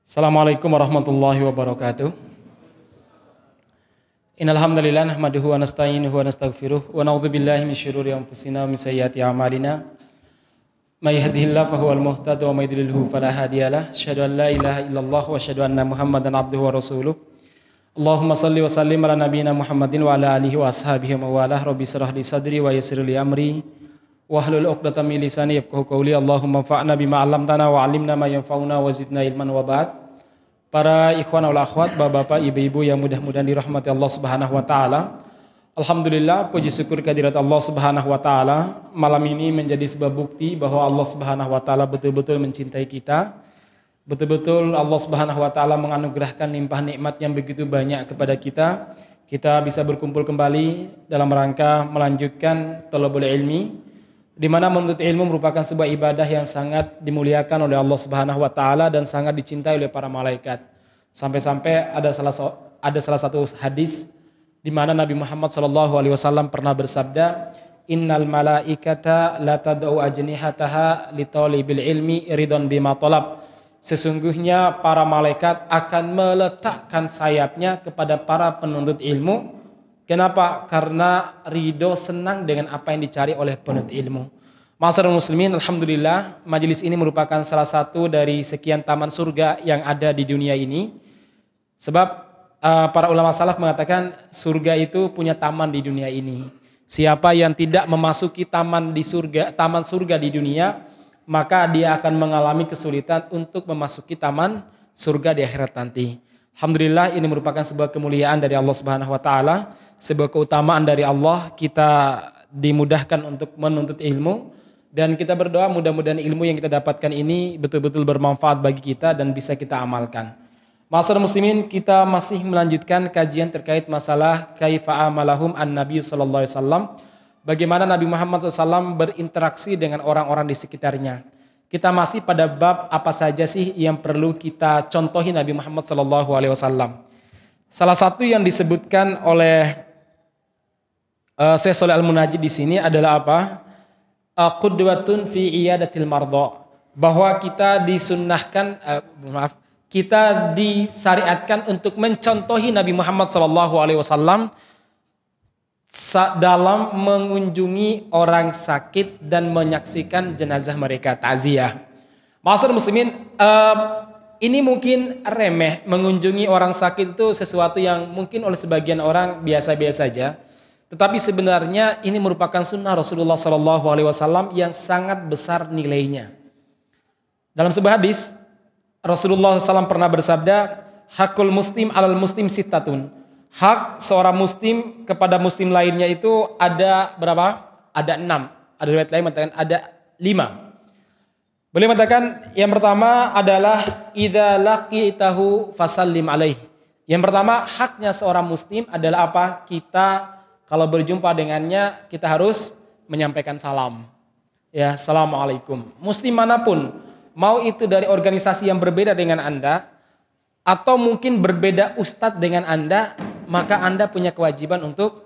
Assalamualaikum warahmatullahi wabarakatuh. Innal hamdalillah nahmaduhu wa nasta'inuhu wa nastaghfiruh wa na'udzubillahi min syururi anfusina wa min sayyiati a'malina. May yahdihillahu fahuwal muhtadi wa may yudlilhu fala hadiyalah. Asyhadu an la ilaha illallah wa asyhadu anna Muhammadan abduhu wa rasuluh. Allahumma shalli wa sallim ala nabiyyina Muhammadin wa ala alihi wa ashabihi wa mawalah. Rabbi shrah li sadri wa yassir li amri wahlul 'uqdatam min lisani yafqahu qawli. Allahumma anfa'na bima 'allamtana wa 'allimna ma yanfa'una wa zidna ilman wa ba'd. Para ikhwan wal akhwat, bapak-bapak, ibu-ibu yang mudah-mudahan dirahmati Allah Subhanahu wa taala. Alhamdulillah, puji syukur kehadirat Allah Subhanahu wa taala. Malam ini menjadi sebuah bukti bahwa Allah Subhanahu wa taala betul-betul mencintai kita. Betul-betul Allah Subhanahu wa taala menganugerahkan limpah nikmat yang begitu banyak kepada kita. Kita bisa berkumpul kembali dalam rangka melanjutkan thalabul ilmi, di mana menuntut ilmu merupakan sebuah ibadah yang sangat dimuliakan oleh Allah Subhanahu wa taala dan sangat dicintai oleh para malaikat. Sampai-sampai ada salah satu hadis di mana Nabi Muhammad SAW pernah bersabda, "Innal malaikata la tad'u ajnihataha li talibil ilmi ridon bima talab." Sesungguhnya para malaikat akan meletakkan sayapnya kepada para penuntut ilmu. Kenapa? Karena ridho, senang dengan apa yang dicari oleh penuntut ilmu. Ma'asyiral muslimin, alhamdulillah majelis ini merupakan salah satu dari sekian taman surga yang ada di dunia ini. Sebab para ulama salaf mengatakan surga itu punya taman di dunia ini. Siapa yang tidak memasuki taman surga di dunia, maka dia akan mengalami kesulitan untuk memasuki taman surga di akhirat nanti. Alhamdulillah, ini merupakan sebuah kemuliaan dari Allah Subhanahu wa taala, sebuah keutamaan dari Allah. Kita dimudahkan untuk menuntut ilmu dan kita berdoa mudah-mudahan ilmu yang kita dapatkan ini betul-betul bermanfaat bagi kita dan bisa kita amalkan. Ma'asyiral muslimin, kita masih melanjutkan kajian terkait masalah kaifa amalahum an-nabi sallallahu alaihi wasallam. Bagaimana Nabi Muhammad SAW berinteraksi dengan orang-orang di sekitarnya. Kita masih pada bab apa saja sih yang perlu kita contohi Nabi Muhammad SAW. Salah satu yang disebutkan oleh Syekh Shalih Al-Munajjid di sini adalah apa? Qudwatun fi iyadatil mardha. Bahwa kita kita disyariatkan untuk mencontohi Nabi Muhammad SAW dalam mengunjungi orang sakit dan menyaksikan jenazah mereka, takziah. Ma'asyiral muslimin, ini mungkin remeh, mengunjungi orang sakit itu sesuatu yang mungkin oleh sebagian orang biasa-biasa saja. Tetapi sebenarnya ini merupakan sunnah Rasulullah SAW yang sangat besar nilainya. Dalam sebuah hadis, Rasulullah SAW pernah bersabda, hakul muslim alal muslim sittatun. Hak seorang muslim kepada muslim lainnya itu ada berapa? Ada 6. Ada riwayat lain mengatakan ada 5. Beliau mengatakan yang pertama adalah idza laqitahu fasallim alaihi. Yang pertama, haknya seorang muslim adalah apa? Kita kalau berjumpa dengannya kita harus menyampaikan salam. Ya, assalamualaikum. Muslim manapun, mau itu dari organisasi yang berbeda dengan Anda atau mungkin berbeda ustadz dengan Anda, maka Anda punya kewajiban untuk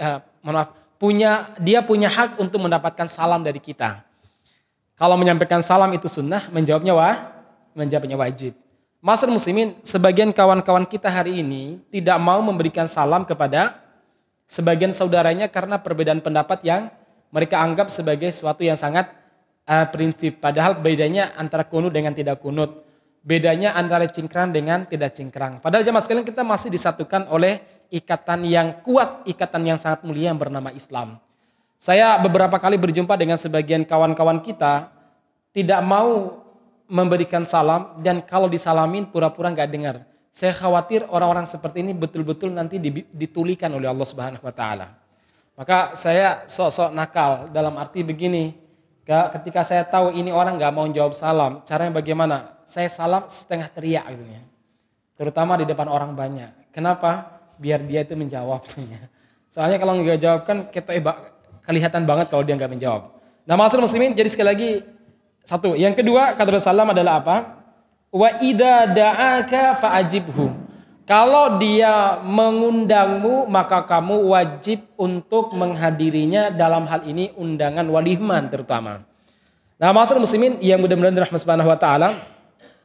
dia punya hak untuk mendapatkan salam dari kita. Kalau menyampaikan salam itu sunnah, menjawabnya wajib. Ma'asyiral muslimin, sebagian kawan-kawan kita hari ini tidak mau memberikan salam kepada sebagian saudaranya karena perbedaan pendapat yang mereka anggap sebagai sesuatu yang sangat prinsip. Padahal bedanya antara kunut dengan tidak kunut. Bedanya antara cingkrang dengan tidak cingkrang. Padahal jemaah sekalian kita masih disatukan oleh ikatan yang kuat, ikatan yang sangat mulia yang bernama Islam. Saya beberapa kali berjumpa dengan sebagian kawan-kawan kita tidak mau memberikan salam dan kalau disalamin pura-pura nggak dengar. Saya khawatir orang-orang seperti ini betul-betul nanti ditulikan oleh Allah Subhanahu wa taala. Maka saya sok-sok nakal dalam arti begini. Ketika saya tahu ini orang nggak mau jawab salam, caranya bagaimana? Saya salam setengah teriak gitu ya. Terutama di depan orang banyak. Kenapa? Biar dia itu menjawab. Soalnya kalau nggak jawab kan kelihatan banget kalau dia nggak menjawab. Nah, ma'asyiral muslimin, jadi sekali lagi satu. Yang kedua kata Rasulullah adalah apa? Wa idza da'aka fa'ajibhu. Kalau dia mengundangmu, maka kamu wajib untuk menghadirinya, dalam hal ini undangan walimah terutama. Nah, ma'asyiral muslimin yang mudah-mudahan dirahmati Subhanahu wa taala,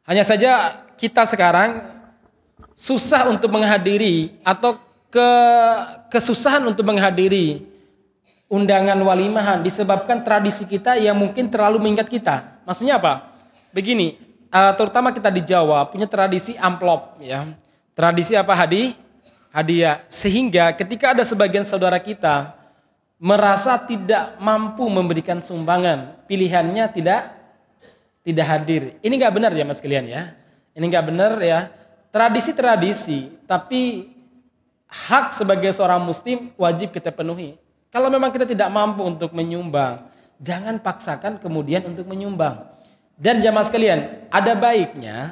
Hanya saja kita sekarang susah untuk menghadiri atau kesusahan untuk menghadiri undangan walimahan disebabkan tradisi kita yang mungkin terlalu mengingat kita. Maksudnya apa? Begini, terutama kita di Jawa punya tradisi amplop ya. Tradisi apa? Hadiah. Sehingga ketika ada sebagian saudara kita merasa tidak mampu memberikan sumbangan, pilihannya tidak hadir. Ini nggak benar ya mas kalian ya. Ini nggak benar ya. Tradisi-tradisi, tapi hak sebagai seorang muslim wajib kita penuhi. Kalau memang kita tidak mampu untuk menyumbang, jangan paksakan kemudian untuk menyumbang. Dan jamaah sekalian, ada baiknya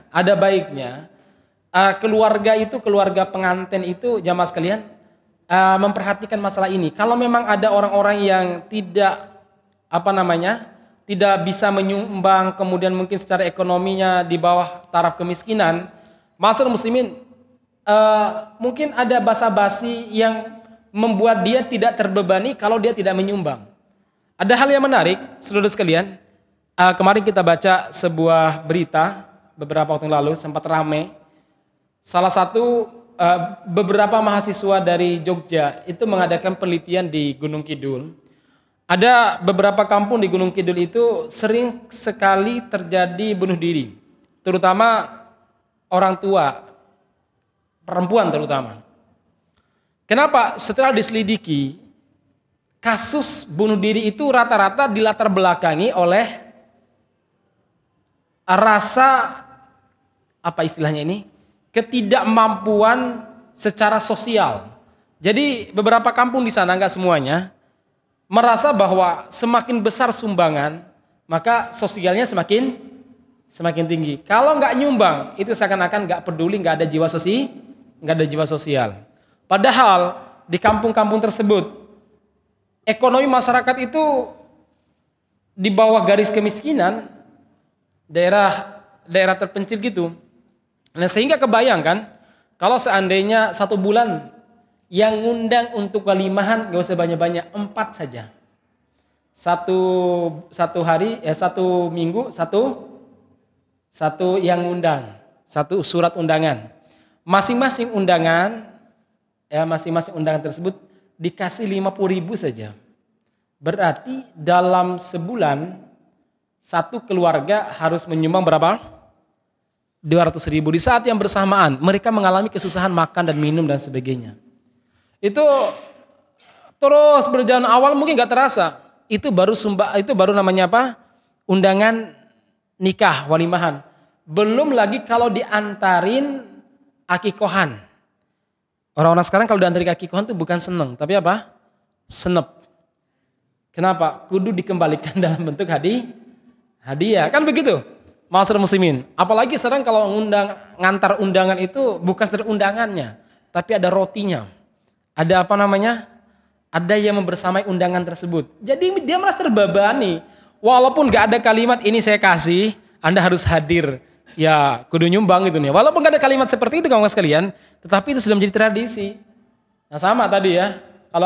keluarga pengantin itu jamaah sekalian memperhatikan masalah ini. Kalau memang ada orang-orang yang tidak bisa menyumbang, kemudian mungkin secara ekonominya di bawah taraf kemiskinan, masyarakat muslimin mungkin ada basa-basi yang membuat dia tidak terbebani kalau dia tidak menyumbang. Ada hal yang menarik, saudara sekalian. Kemarin kita baca sebuah berita beberapa waktu yang lalu sempat ramai. Salah satu beberapa mahasiswa dari Jogja itu mengadakan penelitian di Gunung Kidul. Ada beberapa kampung di Gunung Kidul itu sering sekali terjadi bunuh diri, terutama orang tua, perempuan terutama. Kenapa? Setelah diselidiki, kasus bunuh diri itu rata-rata dilatar belakangi oleh rasa, apa istilahnya ini, ketidakmampuan secara sosial. Jadi beberapa kampung di sana, enggak semuanya, merasa bahwa semakin besar sumbangan, maka sosialnya semakin tinggi. Kalau enggak nyumbang, itu seakan-akan enggak peduli, enggak ada jiwa sosial. Padahal di kampung-kampung tersebut ekonomi masyarakat itu di bawah garis kemiskinan, daerah terpencil gitu. Nah, sehingga kebayangkan kalau seandainya 1 bulan yang ngundang untuk walimahan gak usah banyak-banyak, 4 saja. Satu hari, 1 minggu, satu yang ngundang, 1 surat undangan. Masing-masing undangan tersebut dikasih 50.000 saja. Berarti dalam sebulan 1 keluarga harus menyumbang berapa? 200.000. Di saat yang bersamaan mereka mengalami kesusahan makan dan minum dan sebagainya. Itu terus berjalan, awal mungkin gak terasa. Itu baru namanya apa? Undangan nikah, walimahan. Belum lagi kalau diantarin akikohan. Orang-orang sekarang kalau diantarin akikohan itu bukan seneng, tapi apa? Senep. Kenapa? Kudu dikembalikan dalam bentuk hadiah. Kan begitu? Masyarakat muslimin. Apalagi sekarang kalau ngantar undangan itu bukan sekedar undangannya, tapi ada rotinya. Ada ada yang membersamai undangan tersebut. Jadi dia merasa terbebani. Walaupun gak ada kalimat ini saya kasih, Anda harus hadir. Ya kudu nyumbang gitu nih. Walaupun gak ada kalimat seperti itu kawan sekalian, tetapi itu sudah menjadi tradisi. Nah sama tadi ya,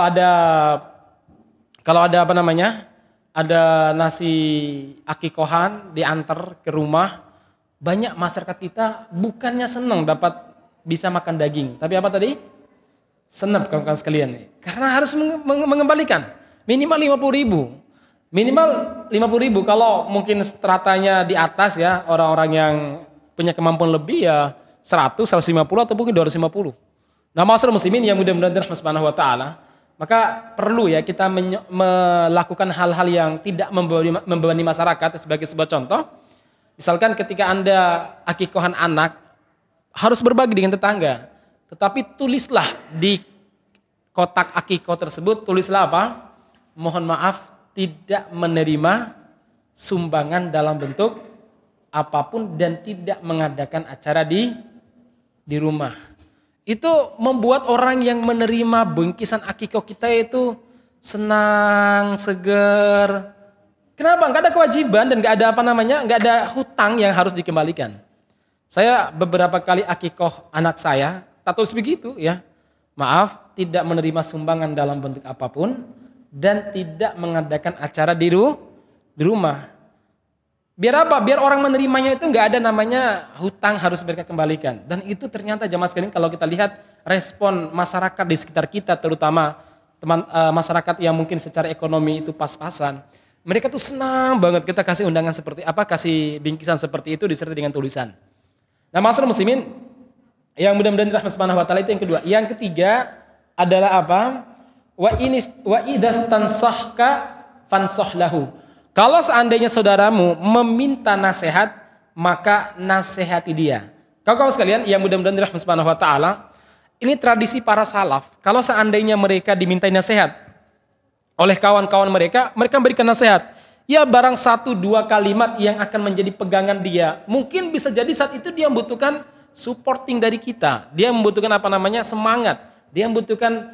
kalau ada ada nasi akikohan diantar ke rumah, banyak masyarakat kita bukannya senang dapat bisa makan daging, tapi apa tadi? Senep kawan-kawan sekalian. Karena harus mengembalikan minimal 50.000. Minimal 50.000, kalau mungkin stratanya di atas ya, orang-orang yang punya kemampuan lebih ya 100, 150 atau mungkin 250. Nah, masyarakat muslimin yang mudah-mudahan dirahmati Subhanahu wa taala, maka perlu ya kita melakukan hal-hal yang tidak membebani masyarakat. Sebagai sebuah contoh, misalkan ketika Anda akikohan anak, harus berbagi dengan tetangga. Tetapi tulislah di kotak akikoh tersebut, tulislah apa? Mohon maaf, tidak menerima sumbangan dalam bentuk apapun dan tidak mengadakan acara di rumah. Itu membuat orang yang menerima bingkisan akikoh kita itu senang, seger. Kenapa? Enggak ada kewajiban dan enggak ada enggak ada hutang yang harus dikembalikan. Saya beberapa kali akikoh anak saya, tak tulis begitu ya. Maaf, tidak menerima sumbangan dalam bentuk apapun dan tidak mengadakan acara di rumah. Biar apa? Biar orang menerimanya itu nggak ada namanya hutang harus mereka kembalikan. Dan itu ternyata jamaah sekalian kalau kita lihat respon masyarakat di sekitar kita, terutama masyarakat yang mungkin secara ekonomi itu pas-pasan, mereka tuh senang banget kita kasih undangan seperti apa, kasih bingkisan seperti itu disertai dengan tulisan. Nah, masyarakat muslimin yang mudah-mudahan dirahmati Subhanahu wa taala itu yang kedua. Yang ketiga adalah apa? Wa idastansahka fansah lahu. Kalau seandainya saudaramu meminta nasihat, maka nasihati dia. Kawan-kawan sekalian yang mudah-mudahan dirahmati Subhanahu wa taala, ini tradisi para salaf. Kalau seandainya mereka dimintai nasihat oleh kawan-kawan mereka, mereka berikan nasihat. Ya barang 1-2 kalimat yang akan menjadi pegangan dia. Mungkin bisa jadi saat itu dia membutuhkan supporting dari kita. Dia membutuhkan semangat. Dia membutuhkan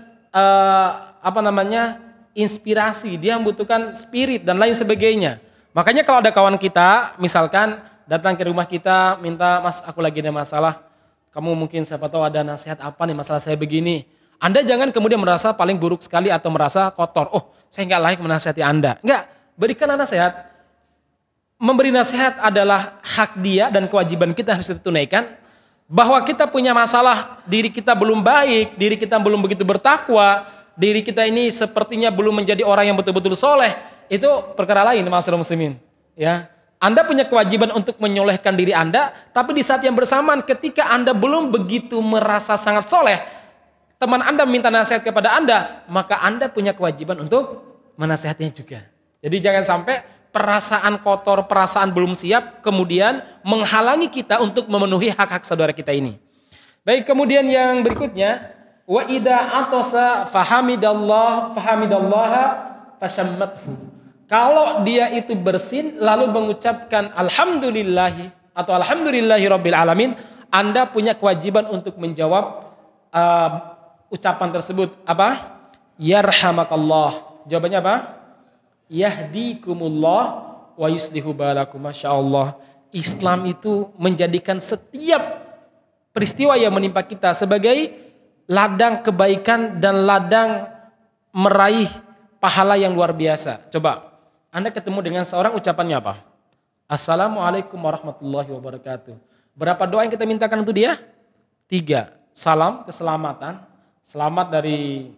inspirasi, dia membutuhkan spirit dan lain sebagainya. Makanya kalau ada kawan kita, misalkan datang ke rumah kita, minta, Mas aku lagi ada masalah, kamu mungkin siapa tahu ada nasihat apa nih masalah saya begini. Anda jangan kemudian merasa paling buruk sekali atau merasa kotor. Oh, saya nggak layak menasihati Anda. Enggak, berikanlah nasihat. Memberi nasihat adalah hak dia dan kewajiban kita harus ditunaikan. Bahwa kita punya masalah, diri kita belum baik, diri kita belum begitu bertakwa, diri kita ini sepertinya belum menjadi orang yang betul-betul soleh, itu perkara lain, masyarakat muslimin. Ya, Anda punya kewajiban untuk menyolehkan diri Anda, tapi di saat yang bersamaan ketika Anda belum begitu merasa sangat soleh, teman Anda minta nasihat kepada Anda, maka Anda punya kewajiban untuk menasihatinya juga. Jadi jangan sampai perasaan kotor, perasaan belum siap, kemudian menghalangi kita untuk memenuhi hak-hak saudara kita ini. Baik, kemudian yang berikutnya, wa idza atasa fahamidallaha fashammathu. Kalau dia itu bersin lalu mengucapkan alhamdulillahi atau alhamdulillahi rabbil alamin, Anda punya kewajiban untuk menjawab ucapan tersebut. Apa? Yarhamakallah. Jawabannya apa? Yahdikumullah wa yuslihu balakum. Masyaallah. Islam itu menjadikan setiap peristiwa yang menimpa kita sebagai ladang kebaikan dan ladang meraih pahala yang luar biasa. Coba, Anda ketemu dengan seorang, ucapannya apa? Assalamualaikum warahmatullahi wabarakatuh. Berapa doa yang kita mintakan untuk dia? 3. Salam, keselamatan. Selamat dari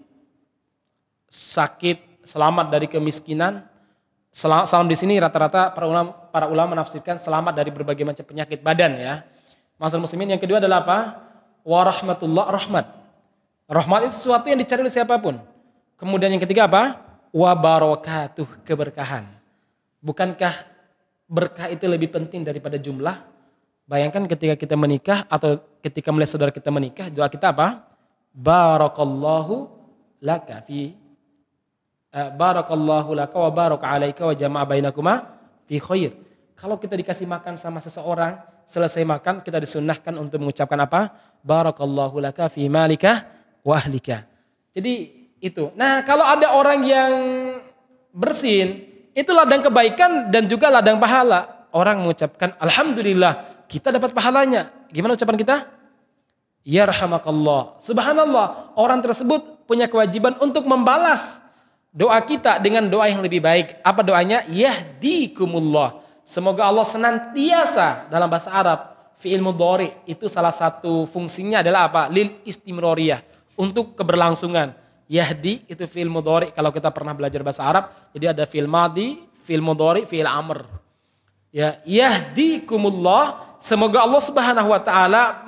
sakit, selamat dari kemiskinan. Salam di sini rata-rata para ulama menafsirkan selamat dari berbagai macam penyakit badan ya. Masalah muslimin yang kedua adalah apa? Warahmatullah, rahmat. Rahmat itu sesuatu yang dicari oleh siapapun. Kemudian yang ketiga apa? Wabarakatuh, keberkahan. Bukankah berkah itu lebih penting daripada jumlah? Bayangkan ketika kita menikah atau ketika melihat saudara kita menikah, doa kita apa? Barakallahu laka fi barakallahu laka wa baraka alaika wa jama'a bainakuma fi khair. Kalau kita dikasih makan sama seseorang, selesai makan kita disunnahkan untuk mengucapkan apa? Barakallahu laka fi malika wa ahlika. Jadi itu. Nah, kalau ada orang yang bersin, itu ladang kebaikan dan juga ladang pahala. Orang mengucapkan alhamdulillah, kita dapat pahalanya. Gimana ucapan kita? Yarhamakallah. Subhanallah, orang tersebut punya kewajiban untuk membalas doa kita dengan doa yang lebih baik. Apa doanya? Yahdikumullah. Semoga Allah senantiasa, dalam bahasa Arab, fi'il mudhari itu salah satu fungsinya adalah apa? Lil istimroriyah, untuk keberlangsungan. Yahdi itu fi'il mudhari kalau kita pernah belajar bahasa Arab. Jadi ada fi'il madi, fi'il mudhari, fi'il amr. Ya, yahdikumullah, semoga Allah Subhanahu wa taala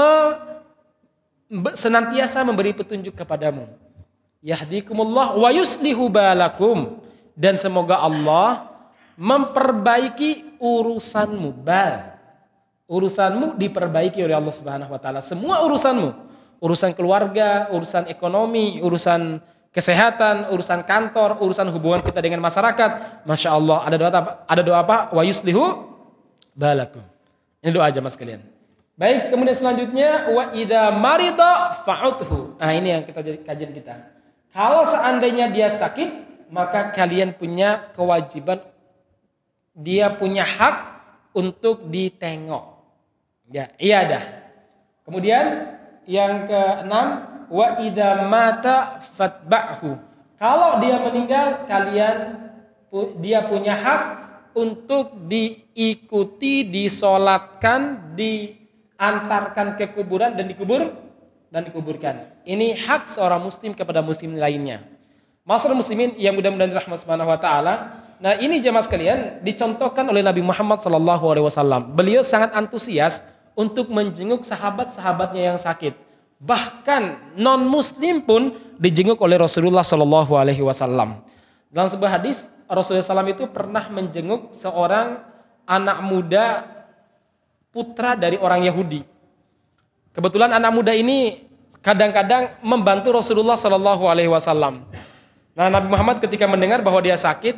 senantiasa memberi petunjuk kepadamu. Yahdikumullah wa yuslihu balakum, dan semoga Allah memperbaiki urusanmu. Urusanmu diperbaiki oleh Allah Subhanahu wa taala. Semua urusanmu. Urusan keluarga, urusan ekonomi, urusan kesehatan, urusan kantor, urusan hubungan kita dengan masyarakat. Masya Allah, ada doa apa? Wa yuslihu balakum. Ini doa aja mas kalian. Baik, kemudian selanjutnya wa idza marida fa'udhu. Nah, ini yang kita kajian kita. Kalau seandainya dia sakit, maka kalian punya kewajiban, dia punya hak untuk ditengok. Ya, iya dah. Kemudian yang keenam, wa idza mata fatba'hu. Kalau dia meninggal, dia punya hak untuk diikuti, disolatkan, diantarkan ke kuburan dan dikuburkan. Ini hak seorang muslim kepada muslim lainnya. Masyaallah muslimin yang mudah-mudahan dirahmati Subhanahu wa taala. Nah, ini jemaah sekalian dicontohkan oleh Nabi Muhammad sallallahu alaihi wasallam. Beliau sangat antusias untuk menjenguk sahabat-sahabatnya yang sakit. Bahkan non muslim pun dijenguk oleh Rasulullah sallallahu alaihi wasallam. Dalam sebuah hadis, Rasulullah SAW itu pernah menjenguk seorang anak muda putra dari orang Yahudi. Kebetulan anak muda ini kadang-kadang membantu Rasulullah Sallallahu Alaihi Wasallam. Nah, Nabi Muhammad ketika mendengar bahwa dia sakit,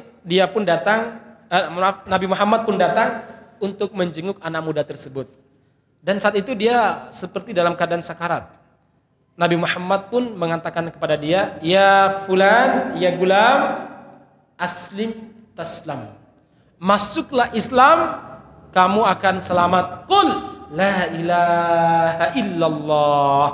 Nabi Muhammad pun datang untuk menjenguk anak muda tersebut. Dan saat itu dia seperti dalam keadaan sakarat. Nabi Muhammad pun mengatakan kepada dia, ya fulan, ya gulam, aslim taslam. Masuklah Islam, kamu akan selamat. Qul la ilaha illallah.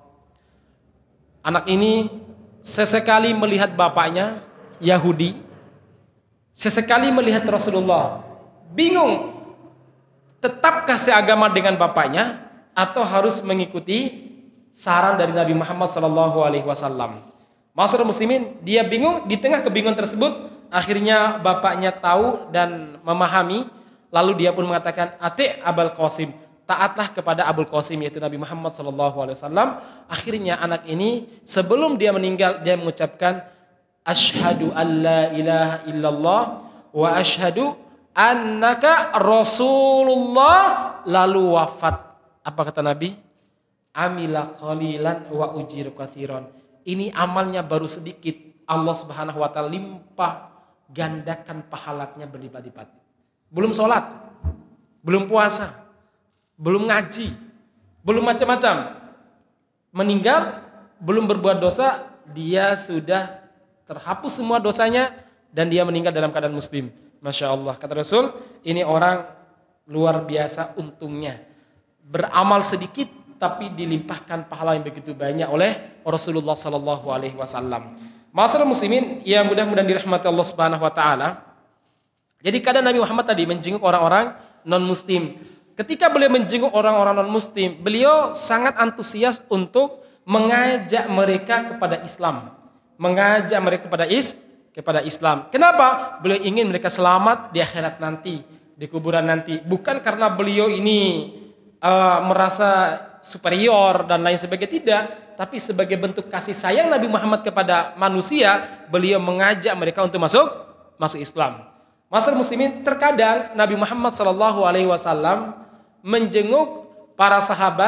Anak ini sesekali melihat bapaknya Yahudi, sesekali melihat Rasulullah, bingung tetapkah seagama dengan bapaknya atau harus mengikuti saran dari Nabi Muhammad SAW. Masyaallah muslimin, dia bingung. Di tengah kebingungan tersebut, akhirnya bapaknya tahu dan memahami. Lalu dia pun mengatakan, ati' Abul Qasim, taatlah kepada Abul Qasim, yaitu Nabi Muhammad SAW. Akhirnya anak ini sebelum dia meninggal, dia mengucapkan, asyhadu an la ilaha illallah wa asyhadu annaka Rasulullah. Lalu wafat. Apa kata Nabi? Amila qalilan wa ujir katsiran. Ini amalnya baru sedikit, Allah Subhanahu wa taala limpah gandakan pahalanya berlipat-lipat. Belum sholat, belum puasa, belum ngaji, belum macam-macam. Meninggal, belum berbuat dosa, dia sudah terhapus semua dosanya dan dia meninggal dalam keadaan muslim. Masya Allah, kata Rasul, ini orang luar biasa untungnya. Beramal sedikit tapi dilimpahkan pahala yang begitu banyak oleh Rasulullah sallallahu alaihi wasallam. Masyaallah muslimin yang mudah-mudahan dirahmati Allah Subhanahu wa taala. Jadi kadang Nabi Muhammad tadi menjenguk orang-orang non-muslim. Ketika beliau menjenguk orang-orang non-muslim, beliau sangat antusias untuk mengajak mereka kepada Islam. Mengajak mereka kepada Islam. Kenapa? Beliau ingin mereka selamat di akhirat nanti, di kuburan nanti. Bukan karena beliau ini merasa superior dan lain sebagainya, tidak. Tapi sebagai bentuk kasih sayang Nabi Muhammad kepada manusia, beliau mengajak mereka untuk masuk Islam. Masyaallah muslimin, terkadang Nabi Muhammad SAW menjenguk para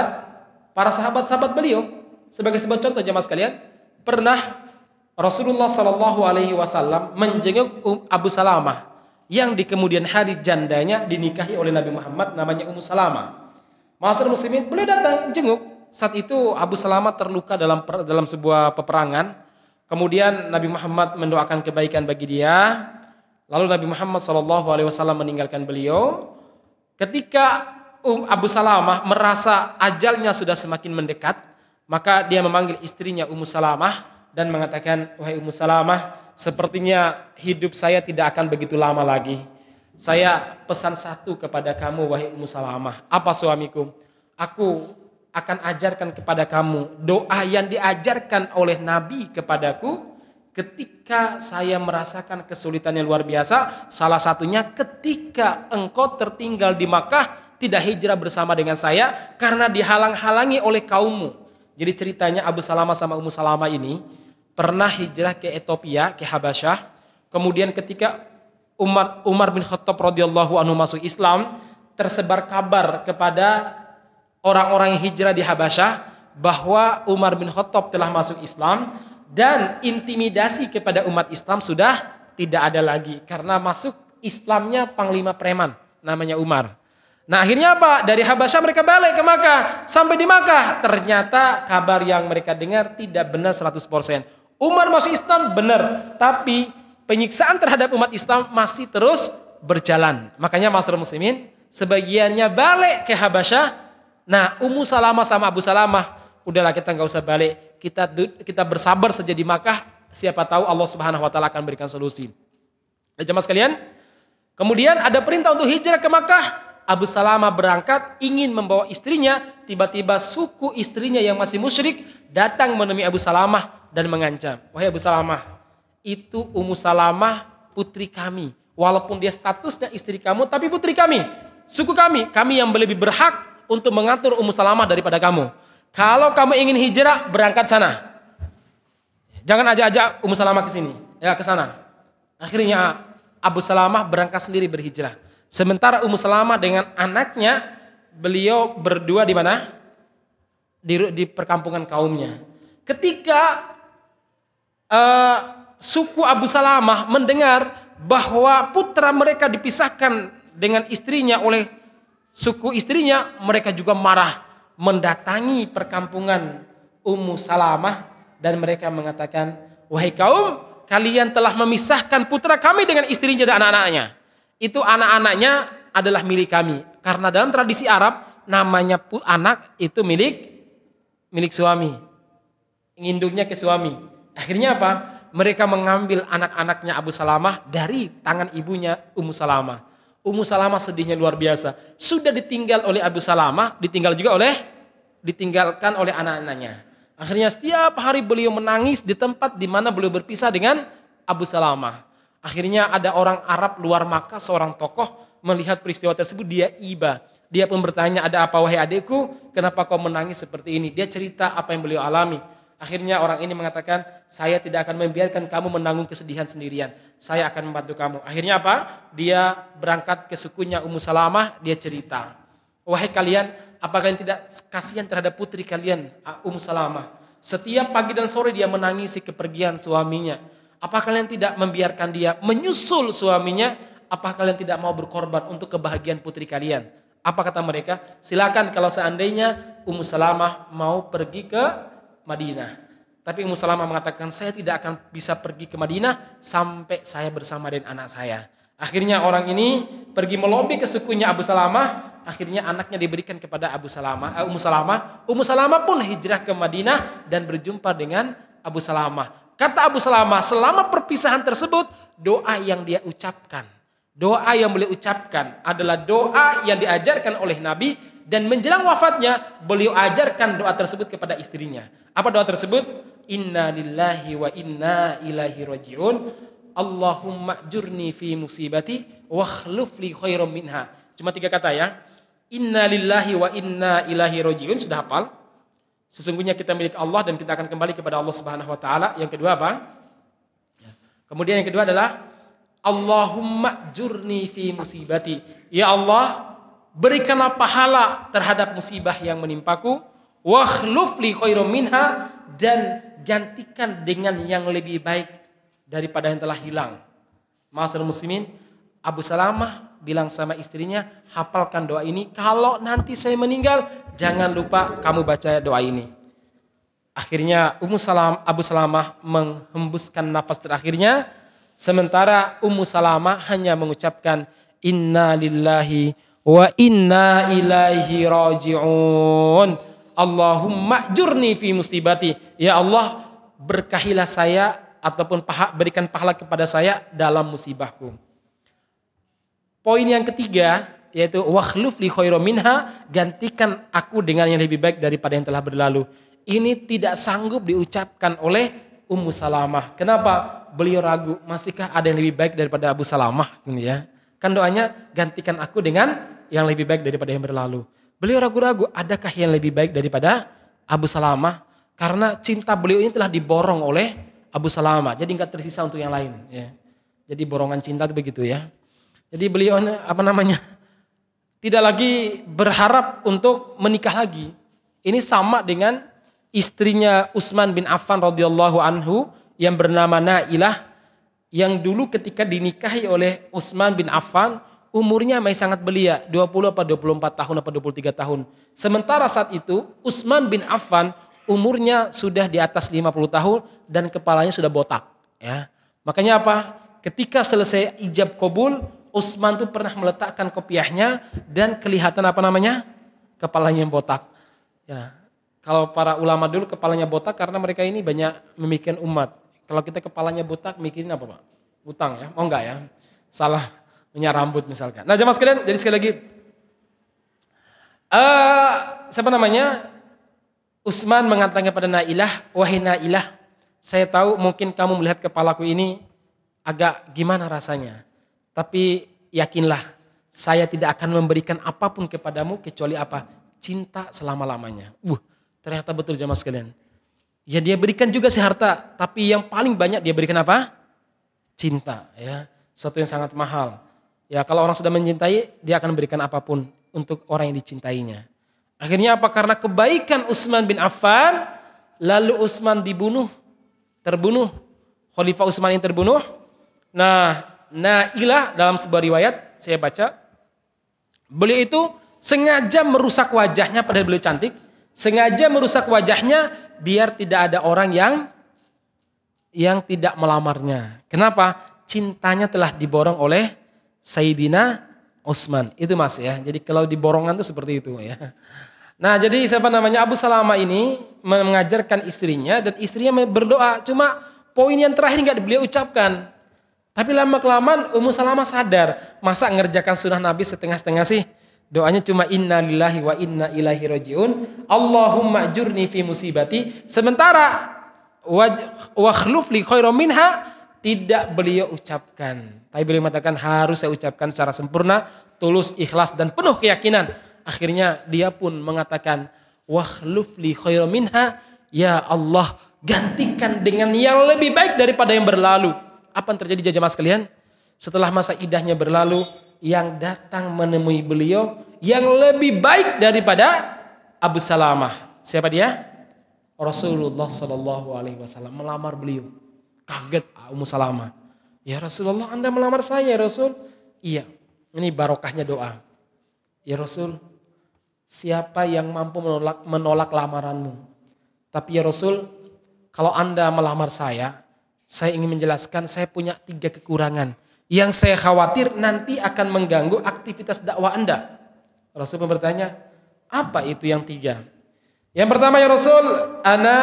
sahabat beliau. Sebagai sebuah contoh jemaah sekalian, pernah Rasulullah SAW menjenguk Abu Salamah yang di kemudian hari jandanya dinikahi oleh Nabi Muhammad, namanya Ummu Salamah. Masyaallah muslimin, beliau datang jenguk. Saat itu Abu Salamah terluka dalam sebuah peperangan. Kemudian Nabi Muhammad mendoakan kebaikan bagi dia. Lalu Nabi Muhammad SAW meninggalkan beliau. Ketika Abu Salamah merasa ajalnya sudah semakin mendekat, maka dia memanggil istrinya Ummu Salamah dan mengatakan, wahai Ummu Salamah, sepertinya hidup saya tidak akan begitu lama lagi. Saya pesan satu kepada kamu, wahai Ummu Salamah. Apa suamiku? Aku akan ajarkan kepada kamu doa yang diajarkan oleh Nabi kepadaku ketika saya merasakan kesulitan yang luar biasa. Salah satunya ketika engkau tertinggal di Makkah, tidak hijrah bersama dengan saya karena dihalang-halangi oleh kaummu. Jadi ceritanya Abu Salamah sama Ummu Salamah ini pernah hijrah ke Ethiopia, ke Habasyah. Kemudian ketika Umar bin Khattab radhiyallahu anhu masuk Islam, tersebar kabar kepada orang-orang yang hijrah di Habasyah bahwa Umar bin Khattab telah masuk Islam, dan intimidasi kepada umat Islam sudah tidak ada lagi karena masuk Islamnya panglima preman namanya Umar. Nah akhirnya apa? Dari Habasyah mereka balik ke Makkah. Sampai di Makkah ternyata kabar yang mereka dengar tidak benar 100%. Umar masuk Islam benar, tapi penyiksaan terhadap umat Islam masih terus berjalan. Makanya masyarakat muslimin sebagiannya balik ke Habasyah. Nah Ummu Salamah sama Abu Salamah, udahlah kita nggak usah balik. Kita bersabar saja di Makkah. Siapa tahu Allah Subhanahu wa taala akan berikan solusi. Jemaah sekalian, Kemudian ada perintah untuk hijrah ke Makkah. Abu Salamah berangkat ingin membawa istrinya, tiba-tiba suku istrinya yang masih musyrik datang menemui Abu Salamah dan mengancam. Wahai Abu Salamah, itu Ummu Salamah putri kami. Walaupun dia statusnya istri kamu, tapi putri kami. Suku kami yang lebih berhak untuk mengatur Ummu Salamah daripada kamu. Kalau kamu ingin hijrah, berangkat sana. Jangan ajak-ajak Ummu Salamah ke sini, ya ke sana. Akhirnya Abu Salamah berangkat sendiri berhijrah. Sementara Ummu Salamah dengan anaknya, beliau berdua di mana? Di perkampungan kaumnya. Ketika suku Abu Salamah mendengar bahwa putra mereka dipisahkan dengan istrinya oleh suku istrinya, mereka juga marah, mendatangi perkampungan Ummu Salamah dan mereka mengatakan, wahai kaum, kalian telah memisahkan putra kami dengan istrinya dan anak-anaknya. Itu anak-anaknya adalah milik kami. Karena dalam tradisi Arab, namanya anak itu milik suami. Nginduknya ke suami. Akhirnya apa? Mereka mengambil anak-anaknya Abu Salamah dari tangan ibunya Ummu Salamah. Ummu Salamah sedihnya luar biasa. Sudah ditinggal oleh Abu Salamah, ditinggalkan oleh anak-anaknya. Akhirnya setiap hari beliau menangis di tempat di mana beliau berpisah dengan Abu Salamah. Akhirnya ada orang Arab luar Makkah, seorang tokoh melihat peristiwa tersebut, dia iba. Dia pun bertanya, ada apa wahai adikku, kenapa kau menangis seperti ini? Dia cerita apa yang beliau alami. Akhirnya orang ini mengatakan, saya tidak akan membiarkan kamu menanggung kesedihan sendirian. Saya akan membantu kamu. Akhirnya apa? Dia berangkat ke sukunya Ummu Salamah, dia cerita. Wahai kalian, apa kalian tidak kasihan terhadap putri kalian, Ummu Salamah? Setiap pagi dan sore dia menangisi kepergian suaminya. Apa kalian tidak membiarkan dia menyusul suaminya? Apa kalian tidak mau berkorban untuk kebahagiaan putri kalian? Apa kata mereka? Silakan kalau seandainya Ummu Salamah mau pergi ke Madinah. Tapi Ummu Salamah mengatakan, saya tidak akan bisa pergi ke Madinah sampai saya bersama dengan anak saya. Akhirnya orang ini pergi melobi ke sukunya Abu Salamah. Akhirnya anaknya diberikan kepada Ummu Salamah. Ummu Salamah pun hijrah ke Madinah dan berjumpa dengan Abu Salamah. Kata Abu Salamah, selama perpisahan tersebut, doa yang dia ucapkan, doa yang beliau ucapkan adalah doa yang diajarkan oleh Nabi, dan menjelang wafatnya beliau ajarkan doa tersebut kepada istrinya. Apa doa tersebut? Inna lillahi wa inna ilaihi raji'un. Allahumma jurni fi musibati wa khluf li khairam minha. Cuma 3 kata ya. Inna lillahi wa inna ilaihi raji'un, sudah hafal? Sesungguhnya kita milik Allah dan kita akan kembali kepada Allah Subhanahu wa taala. Yang kedua apa? Kemudian yang kedua adalah Allahumma jurni fi musibati. Ya Allah, berikanlah pahala terhadap musibah yang menimpaku, wa khluf li khairam minha, dan gantikan dengan yang lebih baik daripada yang telah hilang. Ma'asyiral muslimin, Abu Salamah bilang sama istrinya, hafalkan doa ini, kalau nanti saya meninggal jangan lupa kamu baca doa ini. Akhirnya Abu Salamah menghembuskan nafas terakhirnya, sementara Ummu Salamah hanya mengucapkan inna lillahi wa inna ilaihi raji'un. Allahumma jurni fi musibati. Ya Allah, berkahilah saya ataupun berikan pahala kepada saya dalam musibahku. Poin yang ketiga yaitu wakhluf li khairam minha, gantikan aku dengan yang lebih baik daripada yang telah berlalu. Ini tidak sanggup diucapkan oleh Ummu Salamah. Kenapa? Beliau ragu, masihkah ada yang lebih baik daripada Abu Salamah? Ini ya. Kan doanya gantikan aku dengan yang lebih baik daripada yang berlalu. Beliau ragu-ragu, adakah yang lebih baik daripada Abu Salamah? Karena cinta beliau ini telah diborong oleh Abu Salamah, jadi enggak tersisa untuk yang lain. Ya. Jadi borongan cinta itu begitu ya. Jadi beliau tidak lagi berharap untuk menikah lagi. Ini sama dengan istrinya Utsman bin Affan radhiyallahu anhu yang bernama Nailah, yang dulu ketika dinikahi oleh Utsman bin Affan umurnya masih sangat belia, 20 apa 24 tahun apa 23 tahun. Sementara saat itu Utsman bin Affan umurnya sudah di atas 50 tahun dan kepalanya sudah botak, ya. Makanya apa? Ketika selesai ijab kabul, Utsman tuh pernah meletakkan kopiahnya dan kelihatan kepalanya yang botak. Ya, kalau para ulama dulu kepalanya botak karena mereka ini banyak memikirkan umat. Kalau kita kepalanya botak mikirin apa Pak? Utang ya? Oh enggak ya? Salah minyak rambut misalkan. Nah jamaah sekalian, jadi sekali lagi, siapa namanya? Utsman mengatakan kepada Nailah, wahai Nailah, saya tahu mungkin kamu melihat kepalaku ini agak gimana rasanya. Tapi yakinlah, saya tidak akan memberikan apapun kepadamu kecuali apa? Cinta selama-lamanya. Ternyata betul jamaah sekalian. Ya dia berikan juga si harta, tapi yang paling banyak dia berikan apa? Cinta, ya. Sesuatu yang sangat mahal. Ya kalau orang sudah mencintai, dia akan memberikan apapun untuk orang yang dicintainya. Akhirnya apa? Karena kebaikan Utsman bin Affan, lalu Utsman terbunuh. Khalifah Utsman yang terbunuh. Nah, Nailah dalam sebuah riwayat saya baca, beliau itu sengaja merusak wajahnya padahal beliau cantik, sengaja merusak wajahnya biar tidak ada orang yang tidak melamarnya. Kenapa? Cintanya telah diborong oleh Sayyidina Utsman. Itu Mas ya. Jadi kalau diborongan itu seperti itu ya. Nah jadi siapa namanya Abu Salamah ini mengajarkan istrinya dan istrinya berdoa. Cuma poin yang terakhir nggak beliau ucapkan. Tapi lama kelamaan Ummu Salamah sadar. Masa ngerjakan sunnah Nabi setengah-setengah sih? Doanya cuma inna lillahi wa inna ilaihi rajiun. Allahumma ajurni fi musibati. Sementara wa khluf li khairam minha tidak beliau ucapkan. Tapi beliau mengatakan harus saya ucapkan secara sempurna, tulus, ikhlas dan penuh keyakinan. Akhirnya dia pun mengatakan wakhluf li khairam minha, ya Allah gantikan dengan yang lebih baik daripada yang berlalu. Apa yang terjadi jamaah sekalian? Setelah masa idahnya berlalu, yang datang menemui beliau yang lebih baik daripada Abu Salamah. Siapa dia? Rasulullah Shallallahu Alaihi Wasallam melamar beliau. Kaget Ummu Salamah. Ya Rasulullah, Anda melamar saya ya Rasul? Iya. Ini barokahnya doa. Ya Rasul, siapa yang mampu menolak lamaranmu? Tapi ya Rasul, kalau Anda melamar saya ingin menjelaskan saya punya 3 kekurangan. Yang saya khawatir nanti akan mengganggu aktivitas dakwah Anda. Rasul bertanya, apa itu yang 3? Yang pertama ya Rasul, ana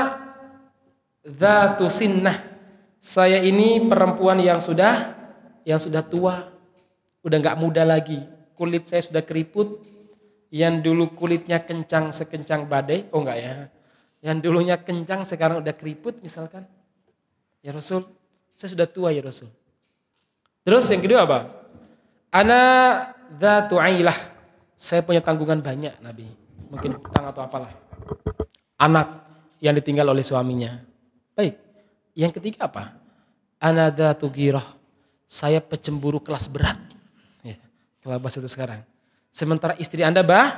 dzatu sinnah. Saya ini perempuan yang sudah tua, udah nggak muda lagi. Kulit saya sudah keriput. Yang dulu kulitnya kencang sekencang badai, oh enggak ya. Yang dulunya kencang sekarang udah keriput misalkan. Ya Rasul, saya sudah tua ya Rasul. Terus yang kedua apa? Ana dzatu ailah. Saya punya tanggungan banyak Nabi. Mungkin hutang atau apalah. Anak yang ditinggal oleh suaminya. Baik. Yang ketiga apa? Ana dzatu ghirah. Saya pecemburu kelas berat. Ya, kalau bahasa itu sekarang. Sementara istri Anda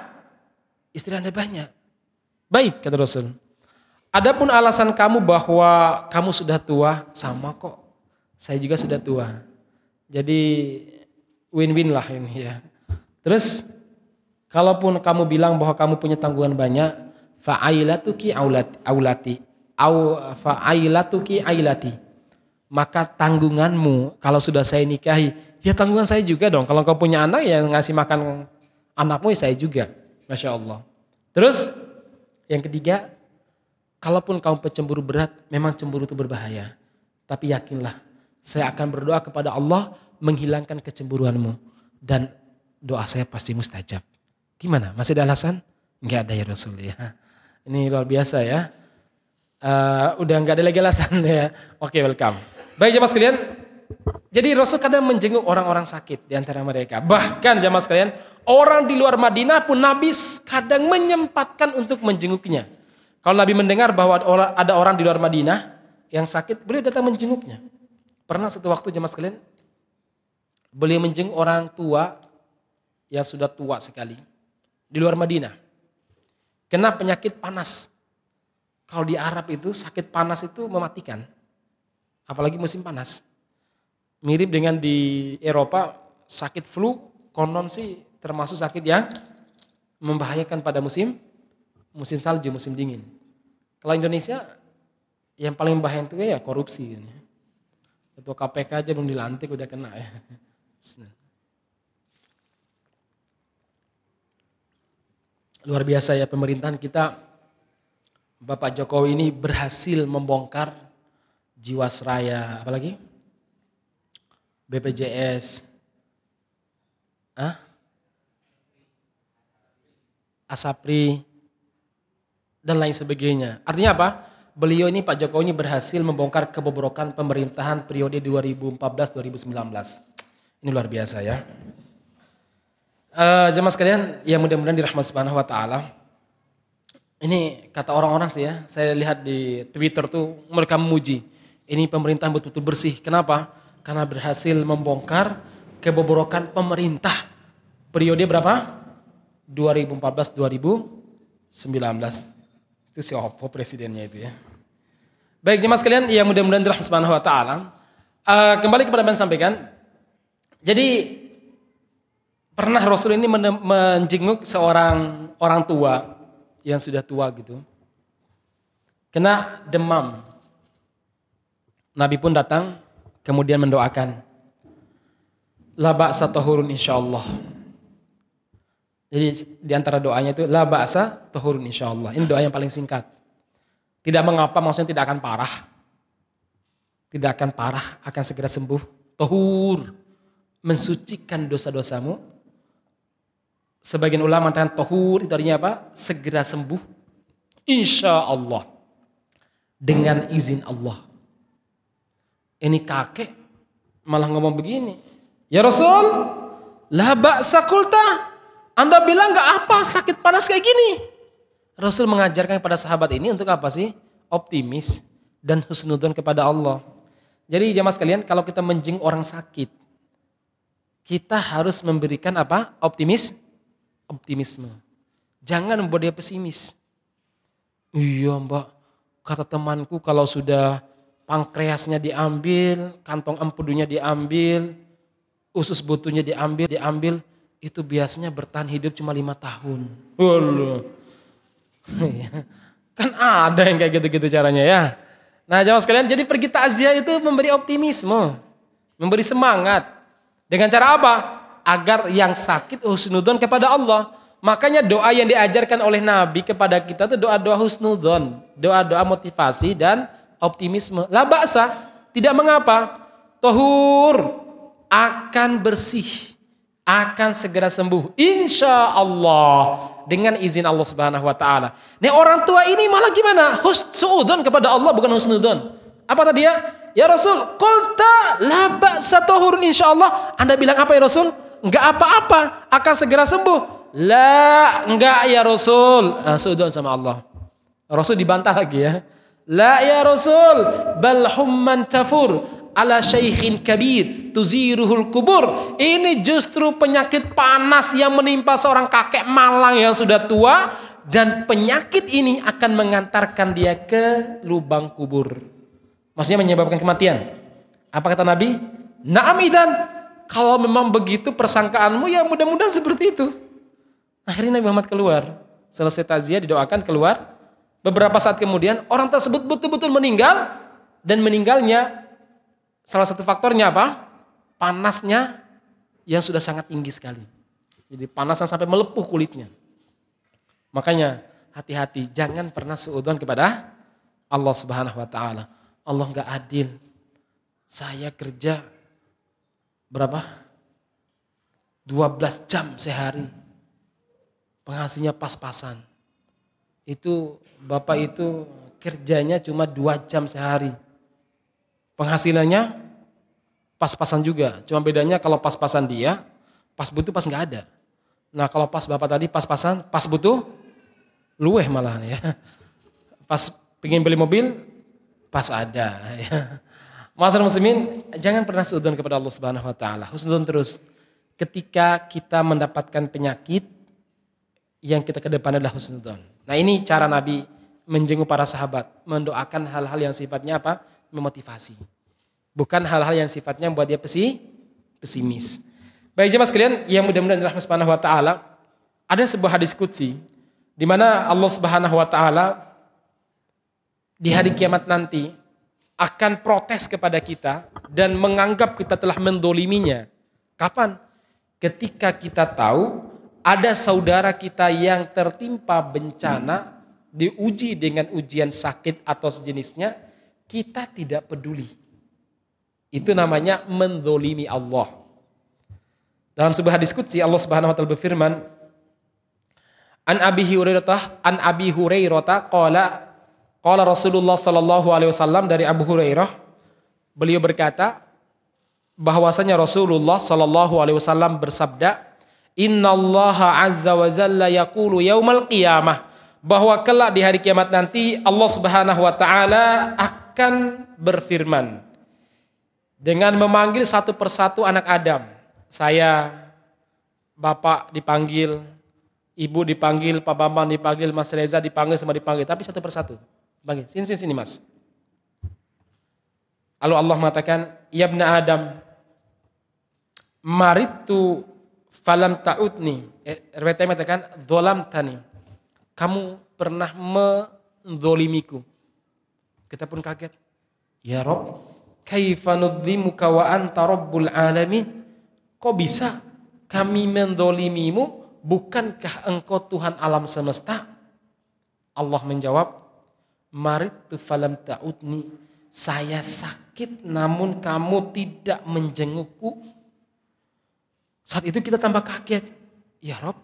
banyak. Baik kata Rasul. Adapun alasan kamu bahwa kamu sudah tua, sama kok. Saya juga sudah tua. Jadi win-win lah ini ya. Terus kalaupun kamu bilang bahwa kamu punya tanggungan banyak, fa'ailatuki aulati fa'ailatuki ailati. Maka tanggunganmu kalau sudah saya nikahi, ya tanggungan saya juga dong. Kalau kau punya anak ya ngasih makan anakmu ya saya juga. Masya Allah. Terus yang ketiga, kalaupun kamu pecemburu berat, memang cemburu itu berbahaya. Tapi yakinlah, saya akan berdoa kepada Allah menghilangkan kecemburuanmu. Dan doa saya pasti mustajab. Gimana? Masih ada alasan? Enggak ada ya Rasul ya. Ini luar biasa ya. Udah enggak ada lagi alasan ya. Oke, welcome. Baik jemaah sekalian. Jadi Rasul kadang menjenguk orang-orang sakit di antara mereka. Bahkan jemaah sekalian, orang di luar Madinah pun Nabi kadang menyempatkan untuk menjenguknya. Kalau Nabi mendengar bahwa ada orang di luar Madinah yang sakit, beliau datang menjenguknya. Pernah suatu waktu jemaah sekalian, beliau menjenguk orang tua yang sudah tua sekali di luar Madinah. Kena penyakit panas. Kalau di Arab itu sakit panas itu mematikan. Apalagi musim panas. Mirip dengan di Eropa sakit flu, konon sih termasuk sakit yang membahayakan pada musim salju, musim dingin. Kalau Indonesia yang paling bahaya itu ya korupsi. Ketua KPK aja belum dilantik udah kena ya. Luar biasa ya pemerintahan kita. Bapak Jokowi ini berhasil membongkar Jiwasraya, apalagi BPJS, Ah? Asapri dan lain sebagainya. Artinya apa? Beliau ini, Pak Jokowi ini berhasil membongkar kebobrokan pemerintahan periode 2014-2019. Ini luar biasa ya. Jemaah sekalian yang mudah-mudahan dirahmati Subhanahu wa taala. Ini kata orang-orang sih ya, saya lihat di Twitter tuh mereka memuji. Ini pemerintah betul-betul bersih. Kenapa? Karena berhasil membongkar kebobrokan pemerintah. Periode berapa? 2014-2019. Itu si Oppo presidennya itu ya. Baik jemaah sekalian yang mudah-mudahan dirahmati Subhanahu wa taala. Kembali kepada yang sampaikan. Jadi pernah Rasul ini menjenguk seorang orang tua yang sudah tua gitu. Kena demam. Nabi pun datang kemudian mendoakan. La ba'sa tahurun insyaallah. Jadi di antara doanya itu la ba'sa tahurun insyaallah. Ini doa yang paling singkat. Tidak mengapa, maksudnya tidak akan parah. Tidak akan parah, akan segera sembuh. Tahur, mensucikan dosa-dosamu. Sebagian ulama mengatakan tahur itu artinya apa? Segera sembuh. Insyaallah. Dengan izin Allah. Ini kakek malah ngomong begini. Ya Rasul, la ba'sa qulta. Anda bilang gak apa sakit panas kayak gini. Rasul mengajarkan kepada sahabat ini untuk apa sih? Optimis dan husnudzon kepada Allah. Jadi jemaah sekalian, kalau kita menjenguk orang sakit, kita harus memberikan apa? Optimisme. Jangan membuat dia pesimis. Iya mbak, kata temanku kalau sudah pankreasnya diambil, kantong empedunya diambil, usus butuhnya diambil, itu biasanya bertahan hidup cuma 5 tahun. Waduh. Kan ada yang kayak gitu-gitu caranya ya. Nah jemaah sekalian, jadi pergi takziah itu memberi optimisme, memberi semangat. Dengan cara apa? Agar yang sakit husnudzon kepada Allah. Makanya doa yang diajarkan oleh Nabi kepada kita itu doa-doa husnudzon, doa-doa motivasi dan optimisme. La ba'sa, tidak mengapa. Tahur, akan bersih. Akan segera sembuh. Insya Allah. Dengan izin Allah Subhanahu wa ta'ala. Nih orang tua ini malah gimana? Suudzon kepada Allah bukan husnudon. Apa tadi ya? Ya Rasul, qulta la ba'sa tahurun insya Allah. Anda bilang apa ya Rasul? Enggak apa-apa. Akan segera sembuh. La, enggak ya Rasul. Suudzon sama Allah. Rasul dibantah lagi ya. La ya Rasul. Bal humman tafur. Ala syaikhin kabir tuziruhul kubur. Ini justru penyakit panas yang menimpa seorang kakek malang yang sudah tua, dan penyakit ini akan mengantarkan dia ke lubang kubur. Maksudnya menyebabkan kematian. Apa kata Nabi? Na'am idan. Kalau memang begitu persangkaanmu, ya mudah-mudahan seperti itu. Akhirnya Nabi Muhammad keluar. Selesai takziah didoakan keluar. Beberapa saat kemudian orang tersebut betul-betul meninggal, dan meninggalnya salah satu faktornya apa? Panasnya yang sudah sangat tinggi sekali. Jadi panasnya sampai melepuh kulitnya. Makanya hati-hati, jangan pernah suudzon kepada Allah Subhanahu wa taala. Allah enggak adil. Saya kerja berapa? 12 jam sehari. Penghasilannya pas-pasan. Itu Bapak itu kerjanya cuma 2 jam sehari. Penghasilannya pas-pasan juga. Cuma bedanya kalau pas-pasan dia, pas butuh pas nggak ada. Nah kalau pas Bapak tadi pas-pasan, pas butuh, luweh malahan ya. Pas pengen beli mobil, pas ada. Ya. Masyarakat muslimin, jangan pernah suudzon kepada Allah Subhanahu wa taala. Husnudzon terus. Ketika kita mendapatkan penyakit, yang kita ke depan adalah husnudzon. Nah ini cara Nabi menjenguk para sahabat, mendoakan hal-hal yang sifatnya apa? Memotivasi. Bukan hal-hal yang sifatnya membuat dia pesimis. Baik jemaah sekalian, yang mudah-mudahan dirahmati Subhanahu wa taala, ada sebuah hadis qudsi di mana Allah Subhanahu wa taala di hari kiamat nanti akan protes kepada kita dan menganggap kita telah mendoliminya. Kapan? Ketika kita tahu ada saudara kita yang tertimpa bencana, diuji dengan ujian sakit atau sejenisnya, kita tidak peduli. Itu namanya mendolimi Allah. Dalam sebuah hadis qudsi Allah Subhanahu wa taala berfirman, An Abi Hurairah qala Rasulullah sallallahu alaihi wasallam, dari Abu Hurairah, beliau berkata bahwasanya Rasulullah sallallahu alaihi wasallam bersabda, Innallaha azza wa jalla yaqulu yaumal qiyamah, bahwa kelak di hari kiamat nanti Allah Subhanahu wa taala akan berfirman dengan memanggil satu persatu anak Adam. Saya, Bapak dipanggil, Ibu dipanggil, Pak Bambang dipanggil, Mas Reza dipanggil, semua dipanggil, tapi satu persatu. Panggil, sini Mas. Lalu Allah mengatakan, Ya ibna Adam, maritu falam ta'udni. RWT mengatakan, Dzolamtani. Kamu pernah mendolimiku. Kita pun kaget. Ya Rob, kaifa nudzimuka wa anta rabbul alamin. Kok bisa kami mendolimimu? Bukankah engkau Tuhan alam semesta? Allah menjawab, Maritu falam ta'udni. Saya sakit namun kamu tidak menjengukku. Saat itu kita tambah kaget. Ya Rob,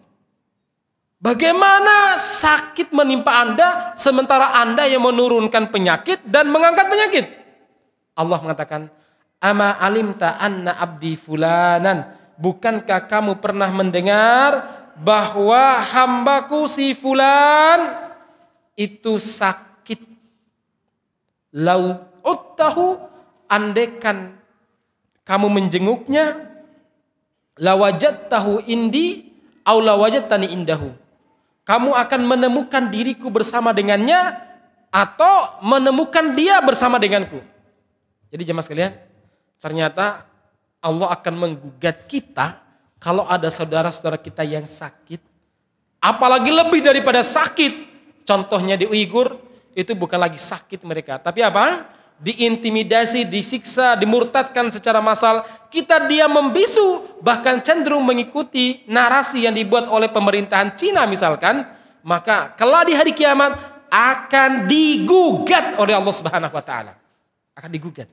bagaimana sakit menimpa Anda sementara Anda yang menurunkan penyakit dan mengangkat penyakit? Allah mengatakan, Ama alimta anna abdi fulanan. Bukankah kamu pernah mendengar bahwa hambaku si fulan itu sakit? Lau uttahu, andekan kamu menjenguknya, lawajadtahu indi au lawajadtani indahu. Kamu akan menemukan diriku bersama dengannya atau menemukan dia bersama denganku. Jadi jemaah sekalian, ternyata Allah akan menggugat kita kalau ada saudara-saudara kita yang sakit. Apalagi lebih daripada sakit. Contohnya di Uighur, itu bukan lagi sakit mereka. Tapi apa? Diintimidasi, disiksa, dimurtadkan secara massal. Kita diam membisu, bahkan cenderung mengikuti narasi yang dibuat oleh pemerintahan Cina misalkan. Maka kelak di hari kiamat akan digugat oleh Allah Subhanahu wa taala. Akan digugat.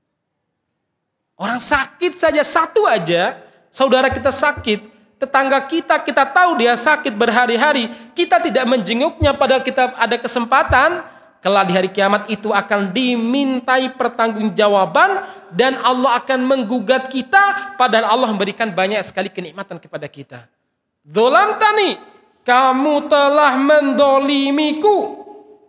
Orang sakit saja satu aja, saudara kita sakit, tetangga kita tahu dia sakit berhari-hari, kita tidak menjenguknya padahal kita ada kesempatan, kelak di hari kiamat itu akan dimintai pertanggungjawaban dan Allah akan menggugat kita padahal Allah memberikan banyak sekali kenikmatan kepada kita. Dzolamtani, kamu telah mendolimiku.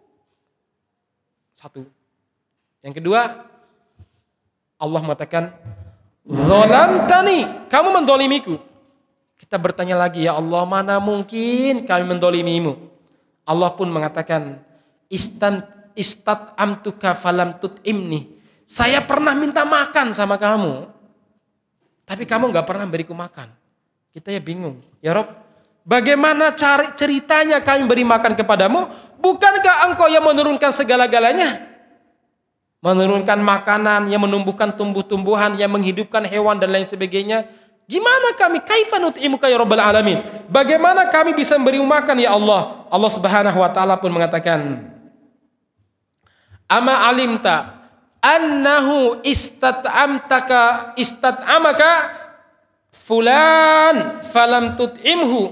Satu. Yang kedua, Allah mengatakan, Dzolamtani, kamu mendolimiku. Kita bertanya lagi, ya Allah, mana mungkin kami mendolimimu? Allah pun mengatakan, Istat'amtuka falam tut'imni. Saya pernah minta makan sama kamu, tapi kamu gak pernah beriku makan. Kita ya bingung. Ya Rob, bagaimana ceritanya kami beri makan kepadamu? Bukankah engkau yang menurunkan segala-galanya? Menurunkan makanan, yang menumbuhkan tumbuh-tumbuhan, yang menghidupkan hewan dan lain sebagainya. Gimana kami? Kaifa nut'imuka ya Rabbal Alamin? Bagaimana kami bisa memberi makan ya Allah? Allah Subhanahu wa taala pun mengatakan, Ama alimta annahu istat'amaka fulan falam tut'imhu.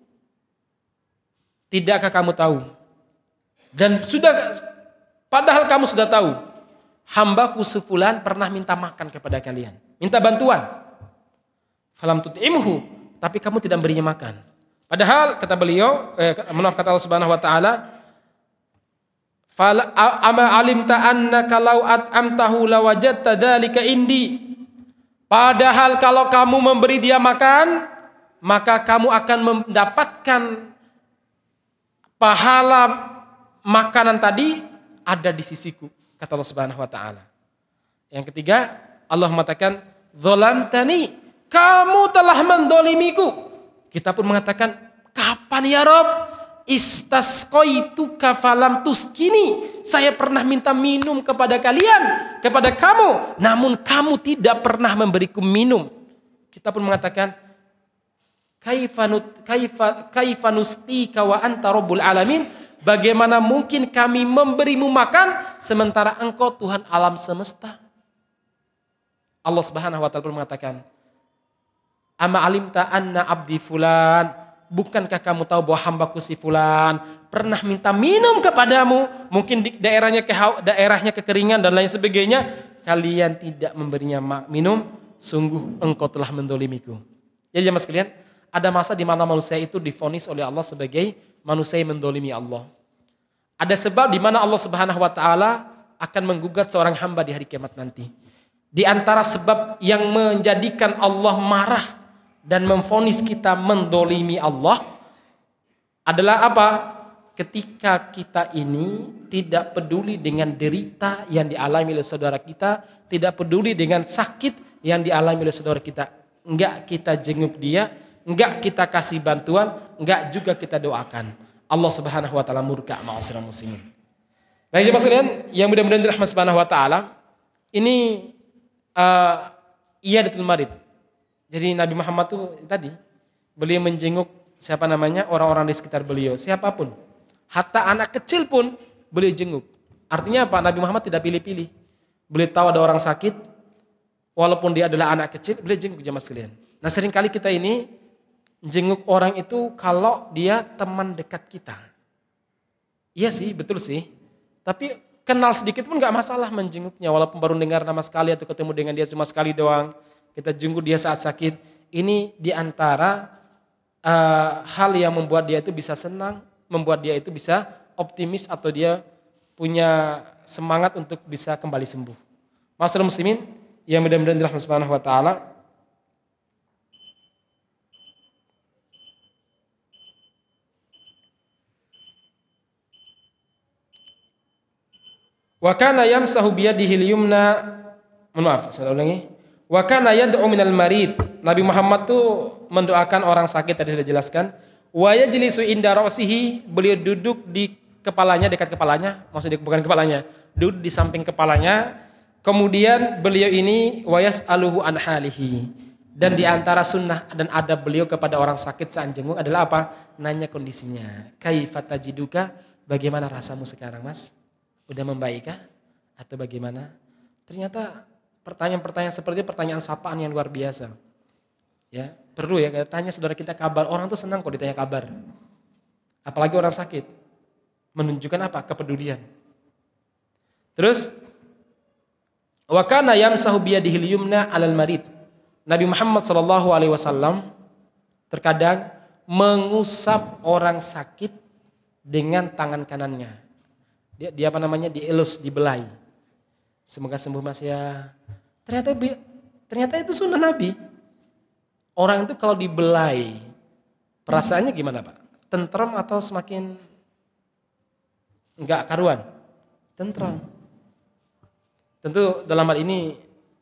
Tidakkah kamu tahu? Dan padahal kamu sudah tahu, hambaku sefulan pernah minta makan kepada kalian, minta bantuan. Falam tut'imhu, tapi kamu tidak berinya makan. Padahal kata beliau, kata Allah Subhanahu wa taala, ama alimta annaka law at'amtahu lawajadta dzalika indi. Padahal kalau kamu memberi dia makan, maka kamu akan mendapatkan pahala makanan tadi ada di sisiku, kata Allah Subhanahu wa taala. Yang ketiga, Allah mengatakan, Dzolamtani, kamu telah mendolimiku. Kita pun mengatakan, kapan ya Rob? Istasqaituka falam tuskini. Saya pernah minta minum kepada kalian, kepada kamu, namun kamu tidak pernah memberiku minum. Kita pun mengatakan, kaifa nusqika wa anta rabbul alamin? Bagaimana mungkin kami memberimu makan sementara engkau Tuhan alam semesta? Allah Subhanahu wa taala pun mengatakan, Ama alimta anna abdi fulan, bukankah kamu tahu bahwa hambaku si fulan pernah minta minum kepadamu, mungkin di daerahnya kekeringan dan lain sebagainya, kalian tidak memberinya minum, sungguh engkau telah mendolimiku. Jadi jemaah sekalian, ada masa di mana manusia itu divonis oleh Allah sebagai manusia yang mendolimi Allah. Ada sebab di mana Allah Subhanahu wa taala akan menggugat seorang hamba di hari kiamat nanti. Di antara sebab yang menjadikan Allah marah dan memvonis kita mendolimi Allah adalah apa? Ketika kita ini tidak peduli dengan derita yang dialami oleh saudara kita, tidak peduli dengan sakit yang dialami oleh saudara kita. Enggak kita jenguk dia, enggak kita kasih bantuan, enggak juga kita doakan. Allah Subhanahu wa taala murka ma'asyiral muslimin. Baik jemaah sekalian, yang mudah-mudahan dirahmati Subhanahu wa taala, ini iyadatul marid. Jadi Nabi Muhammad tuh tadi beliau menjenguk siapa namanya orang-orang di sekitar beliau, siapapun. Hatta anak kecil pun beliau jenguk. Artinya apa? Nabi Muhammad tidak pilih-pilih. Beliau tahu ada orang sakit, walaupun dia adalah anak kecil, beliau jenguk jemaah sekalian. Nah seringkali kita ini jenguk orang itu kalau dia teman dekat kita. Iya sih, betul sih. Tapi kenal sedikit pun gak masalah menjenguknya, walaupun baru dengar nama sekali atau ketemu dengan dia cuma sekali doang. Kita jenguk dia saat sakit. Ini diantara hal yang membuat dia itu bisa senang, membuat dia itu bisa optimis atau dia punya semangat untuk bisa kembali sembuh. Masyaallah muslimin yang mudah-mudahan dirahmati Subhanahu wa taala. Wa kana yamsahu biyadihi al-yumna, maaf, saya ulangi. Wa kana yad'u minal marid. Nabi Muhammad tuh mendoakan orang sakit, tadi sudah jelaskan. Wa yajlisu inda ra'sihi, beliau duduk di kepalanya, dekat kepalanya, maksudnya bukan kepalanya, duduk di samping kepalanya. Kemudian beliau ini wa yas'aluhu an halihi. Dan di antara sunnah dan adab beliau kepada orang sakit saat jenguk adalah apa? Nanya kondisinya. Kaifa tajiduka? Bagaimana rasamu sekarang, Mas? Udah membaikkah? Atau bagaimana? Ternyata pertanyaan-pertanyaan seperti itu pertanyaan sapaan yang luar biasa. Ya, perlu ya, tanya saudara kita kabar. Orang tuh senang kok ditanya kabar. Apalagi orang sakit. Menunjukkan apa? Kepedulian. Terus wa kana yamsahu biyadihil yumna 'alal marid. Nabi Muhammad SAW terkadang mengusap orang sakit dengan tangan kanannya. Dia apa namanya, dielus, dibelai. Semoga sembuh Mas ya. Ternyata itu sunnah Nabi. Orang itu kalau dibelai, perasaannya gimana Pak? Tentram atau semakin enggak karuan? Tentram. Tentu dalam hal ini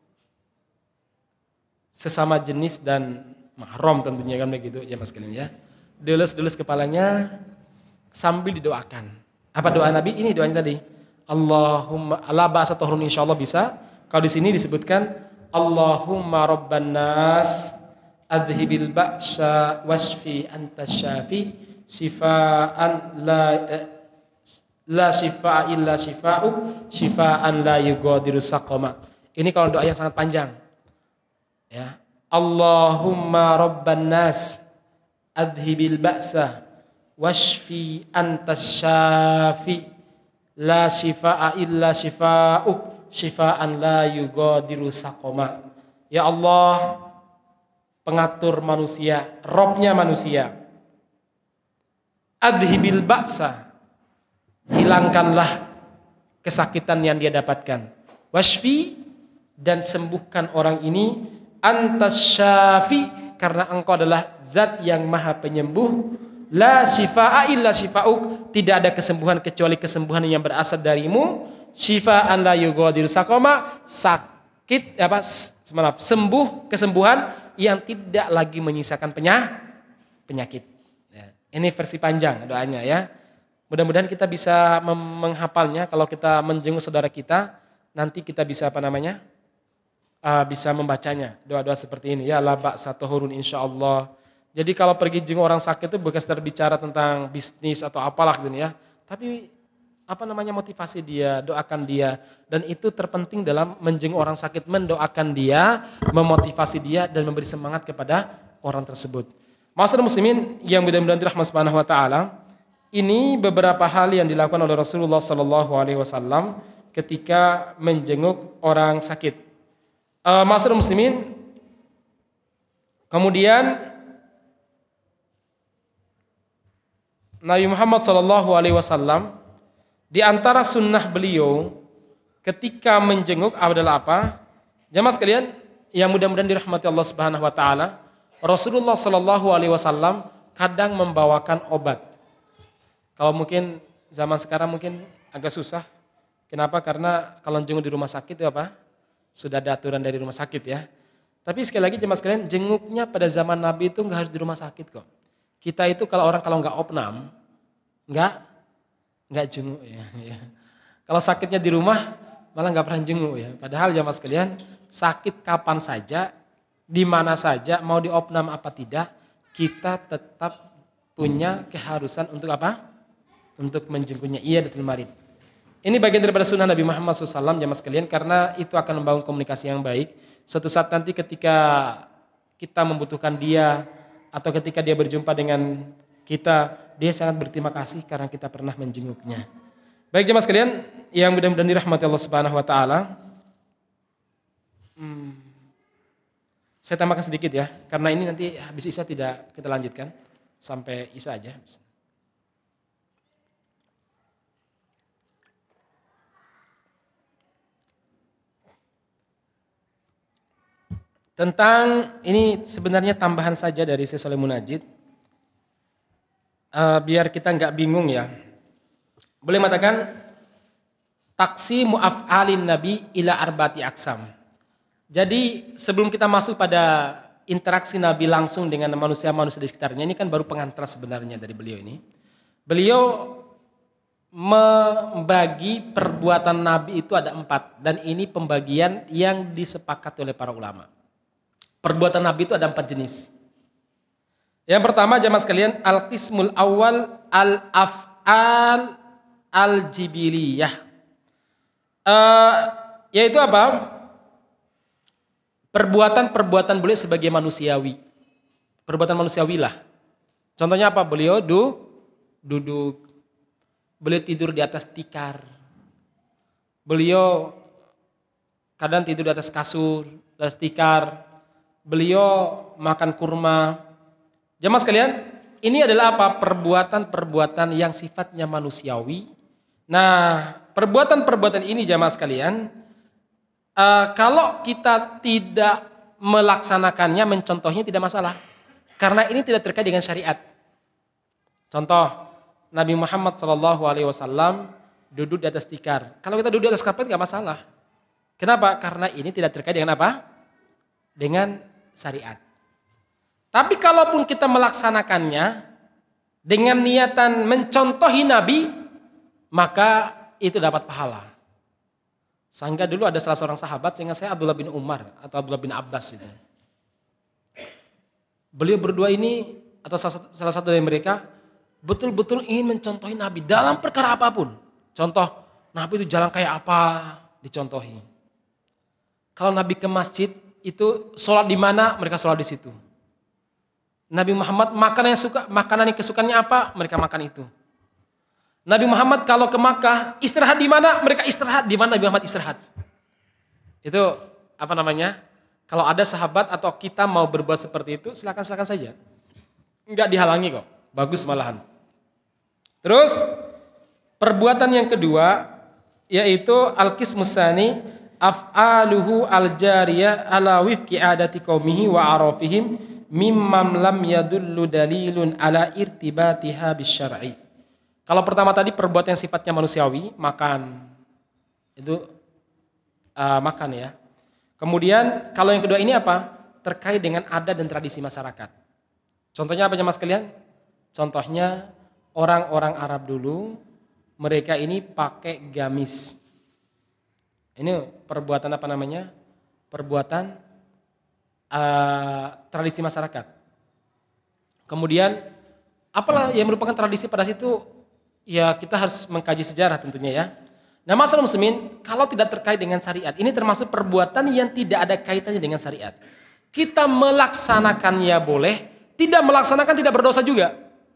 sesama jenis dan mahram tentunya kan begitu ya Mas kalian ya. Dilus-dilus kepalanya sambil didoakan. Apa doa Nabi? Ini doanya tadi. Allahumma la ba'sa tahurun, insyaallah bisa. Kalau di sini disebutkan Allahumma rabban nas adhibil ba'sa wasfi antas syafi sifaan la shifa'a illa shifa'uk shifaan la yughadiru saqama. Ini kalau doa yang sangat panjang. Ya. Allahumma rabban nas adhibil ba'sa washfi antas syafi la shifa'a illa shifa'uk shifaan la yughadiru saqama. Ya Allah, pengatur manusia, Robnya manusia. Adhibil ba'sa, hilangkanlah kesakitan yang dia dapatkan. Washfi, dan sembuhkan orang ini. Antas syafi, karena engkau adalah zat yang maha penyembuh. La shifa'a illa shifa'uk, tidak ada kesembuhan kecuali kesembuhan yang berasal darimu. Shifa'an la yughadiru saqama, sembuh kesembuhan yang tidak lagi menyisakan penyakit. Ya. Ini versi panjang doanya ya. Mudah-mudahan kita bisa menghafalnya. Kalau kita menjenguk saudara kita, nanti kita bisa bisa membacanya. Doa-doa seperti ini ya, la ba'sa tahurun insyaallah. Jadi kalau pergi jenguk orang sakit itu bukan sekedar bicara tentang bisnis atau apalah gitu ya. Tapi motivasi dia, doakan dia. Dan itu terpenting dalam menjenguk orang sakit, mendoakan dia, memotivasi dia dan memberi semangat kepada orang tersebut. Ma'asyiral muslimin yang mudah-mudahan dirahmati Subhanahu wa taala, ini beberapa hal yang dilakukan oleh Rasulullah sallallahu alaihi wasallam ketika menjenguk orang sakit. Ma'asyiral muslimin, kemudian Nabi Muhammad sallallahu alaihi wasallam di antara sunnah beliau ketika menjenguk adalah apa? Jamaah sekalian yang mudah-mudahan dirahmati Allah Subhanahu wa taala, Rasulullah sallallahu alaihi wasallam kadang membawakan obat. Kalau mungkin zaman sekarang mungkin agak susah. Kenapa? Karena kalau jenguk di rumah sakit itu apa? Sudah ada aturan dari rumah sakit ya. Tapi sekali lagi jemaah sekalian, jenguknya pada zaman Nabi itu nggak harus di rumah sakit kok. Kita itu kalau nggak opnam, nggak jenguk ya. Kalau sakitnya di rumah malah nggak pernah jenguk ya. Padahal jemaah sekalian, sakit kapan saja, di mana saja, mau di opnam apa tidak, kita tetap punya keharusan untuk apa? Untuk menjenguknya. Iya betul marid. Ini bagian daripada sunnah Nabi Muhammad SAW jemaah sekalian, karena itu akan membangun komunikasi yang baik. Suatu saat nanti ketika kita membutuhkan dia atau ketika dia berjumpa dengan kita, dia sangat berterima kasih karena kita pernah menjenguknya. Baik jemaah sekalian yang mudah-mudahan dirahmati Allah Subhanahu wa taala. Saya tambahkan sedikit ya, karena ini nanti habis Isya tidak kita lanjutkan sampai Isya aja. Tentang ini sebenarnya tambahan saja dari Syekh Shalih Munajjid, biar kita nggak bingung ya. Boleh mengatakan taksimu af'alin nabi ila arba'ati aqsam. Jadi sebelum kita masuk pada interaksi Nabi langsung dengan manusia-manusia di sekitarnya, ini kan baru pengantar sebenarnya dari beliau ini. Beliau membagi perbuatan Nabi itu ada 4, dan ini pembagian yang disepakati oleh para ulama. Perbuatan Nabi itu ada 4 jenis. Yang pertama jamaah sekalian, al-qismul awal al-af'al al-jibiliyah. Yaitu apa? Perbuatan-perbuatan beliau sebagai manusiawi. Perbuatan manusiawi lah. Contohnya apa? Beliau duduk. Beliau tidur di atas tikar. Beliau kadang tidur di atas kasur, di atas tikar. Beliau makan kurma. Jamaah sekalian, ini adalah apa? Perbuatan-perbuatan yang sifatnya manusiawi. Nah, perbuatan-perbuatan ini jamaah sekalian, kalau kita tidak melaksanakannya, mencontohnya tidak masalah. Karena ini tidak terkait dengan syariat. Contoh, Nabi Muhammad SAW duduk di atas tikar. Kalau kita duduk di atas karpet nggak masalah. Kenapa? Karena ini tidak terkait dengan apa? Dengan syariat. Tapi kalaupun kita melaksanakannya dengan niatan mencontohi Nabi, maka itu dapat pahala. Sehingga dulu ada salah seorang sahabat, sehingga saya Abdullah bin Umar atau Abdullah bin Abbas itu. Beliau berdua ini atau salah satu dari mereka betul-betul ingin mencontohi Nabi dalam perkara apapun. Contoh, Nabi itu jalan kayak apa, dicontohi. Kalau Nabi ke masjid, itu sholat di mana, mereka sholat di situ. Nabi Muhammad makanan yang kesukaannya apa, mereka makan itu. Nabi Muhammad kalau ke Makkah istirahat di mana, mereka istirahat di mana Nabi Muhammad istirahat. Itu apa namanya? Kalau ada sahabat atau kita mau berbuat seperti itu, silakan saja. Enggak dihalangi kok, bagus malahan. Terus perbuatan yang kedua yaitu al-qismus tsani af'aluhu al-jariyah ala wifqi adati qaumihi wa arafihim mimman lam yadullu dalilun ala irtibatiha bisyar'i. Kalau pertama tadi perbuatan yang sifatnya manusiawi, makan. Itu makan ya. Kemudian kalau yang kedua ini apa? Terkait dengan adat dan tradisi masyarakat. Contohnya apa jemaah sekalian? Contohnya orang-orang Arab dulu, mereka ini pakai gamis. Ini perbuatan apa namanya? Perbuatan tradisi masyarakat. Kemudian apalah yang merupakan tradisi pada situ? Ya kita harus mengkaji sejarah tentunya ya. Nah masalah muslimin, kalau tidak terkait dengan syariat, ini termasuk perbuatan yang tidak ada kaitannya dengan syariat. Kita melaksanakannya boleh, tidak melaksanakan tidak berdosa juga.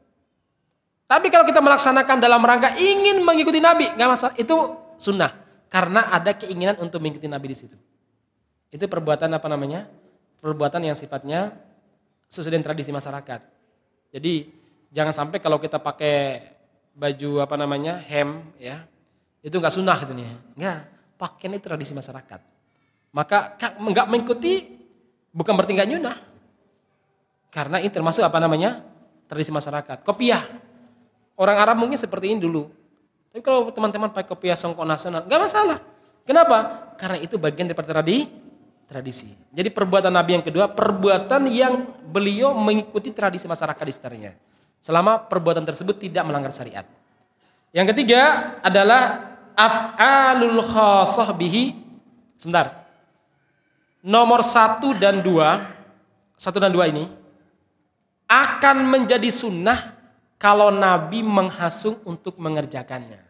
Tapi kalau kita melaksanakan dalam rangka ingin mengikuti Nabi, nggak masalah, itu sunnah. Karena ada keinginan untuk mengikuti Nabi di situ. Itu perbuatan apa namanya? Perbuatan yang sifatnya sesuai dengan tradisi masyarakat. Jadi jangan sampai kalau kita pakai baju apa namanya hem ya, itu nggak sunnah gitu nih. Nggak, pakaian itu tradisi masyarakat. Maka nggak mengikuti bukan berarti nggak nyunah. Karena ini termasuk apa namanya tradisi masyarakat. Kopiah, orang Arab mungkin seperti ini dulu. Tapi kalau teman-teman pakai kopiah songkok nasional, nggak masalah. Kenapa? Karena itu bagian daripada tradisi. Jadi perbuatan Nabi yang kedua, perbuatan yang beliau mengikuti tradisi masyarakat di sekitarnya. Selama perbuatan tersebut tidak melanggar syariat. Yang ketiga adalah af'alul khassah bihi. Sebentar. Nomor 1 dan 2 ini akan menjadi sunnah kalau Nabi menghasung untuk mengerjakannya.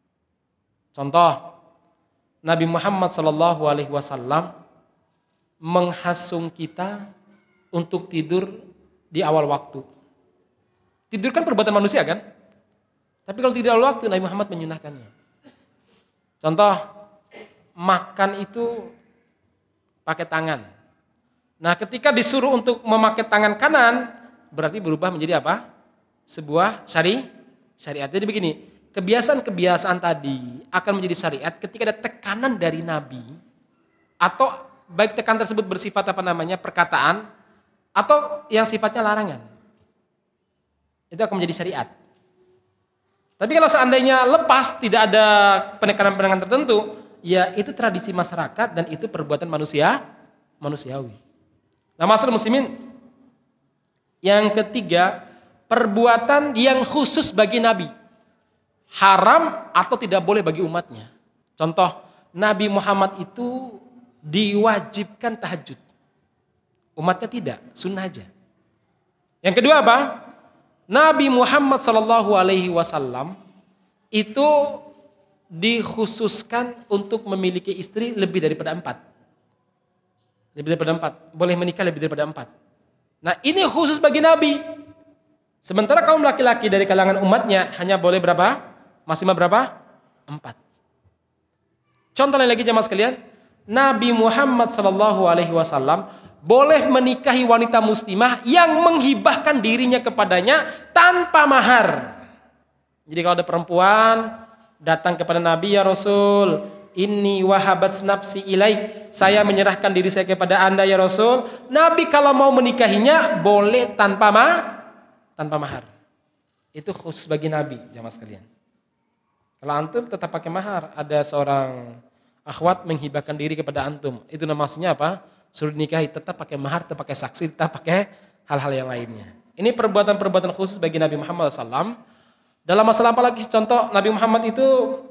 Contoh, Nabi Muhammad SAW menghasung kita untuk tidur di awal waktu. Tidur kan perbuatan manusia kan? Tapi kalau tidur di awal waktu, Nabi Muhammad menyunahkannya. Contoh, makan itu pakai tangan. Nah, ketika disuruh untuk memakai tangan kanan, berarti berubah menjadi apa? Sebuah syariat. Jadi begini, kebiasaan-kebiasaan tadi akan menjadi syariat ketika ada tekanan dari Nabi, atau baik tekanan tersebut bersifat apa namanya perkataan, atau yang sifatnya larangan. Itu akan menjadi syariat. Tapi kalau seandainya lepas, tidak ada penekanan-penekanan tertentu, ya itu tradisi masyarakat dan itu perbuatan manusiawi. Nah, masalah muslimin, yang ketiga, perbuatan yang khusus bagi Nabi. Haram atau tidak boleh bagi umatnya. Contoh, Nabi Muhammad itu diwajibkan tahajud. Umatnya tidak, sunnah aja. Yang kedua apa? Nabi Muhammad SAW itu dikhususkan untuk memiliki istri lebih daripada 4. Boleh menikah lebih daripada 4. Nah, ini khusus bagi Nabi. Sementara kaum laki-laki dari kalangan umatnya hanya boleh berapa? Maksimal berapa? 4. Contoh lain lagi jemaah sekalian, Nabi Muhammad SAW boleh menikahi wanita muslimah yang menghibahkan dirinya kepadanya tanpa mahar. Jadi kalau ada perempuan datang kepada Nabi, ya Rasul, inni wahabat nafsi ilaik, saya menyerahkan diri saya kepada Anda ya Rasul. Nabi kalau mau menikahinya boleh tanpa mahar. Itu khusus bagi Nabi, jamaah sekalian. Kalau antum tetap pakai mahar, ada seorang akhwat menghibahkan diri kepada antum, itu maksudnya apa? Suruh nikahi, tetap pakai mahar, tetap pakai saksi, tetap pakai hal-hal yang lainnya. Ini perbuatan-perbuatan khusus bagi Nabi Muhammad SAW. Dalam masalah apa lagi? Contoh, Nabi Muhammad itu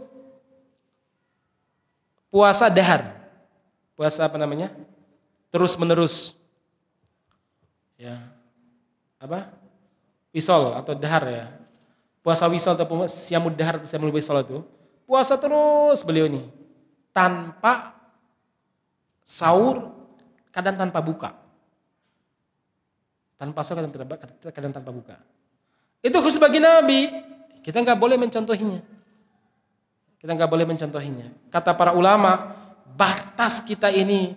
puasa dahar. Puasa apa namanya? Terus menerus. Ya. Apa? Wisol atau dahar ya. Puasa wisol atau siamud dahar atau siamud wisol itu. Puasa terus beliau ini. Tanpa sahur, kadang tanpa buka. Tanpa sahur, kadang tanpa buka. Itu khusus bagi Nabi. Kita nggak boleh mencontohinya. Kata para ulama, batas kita ini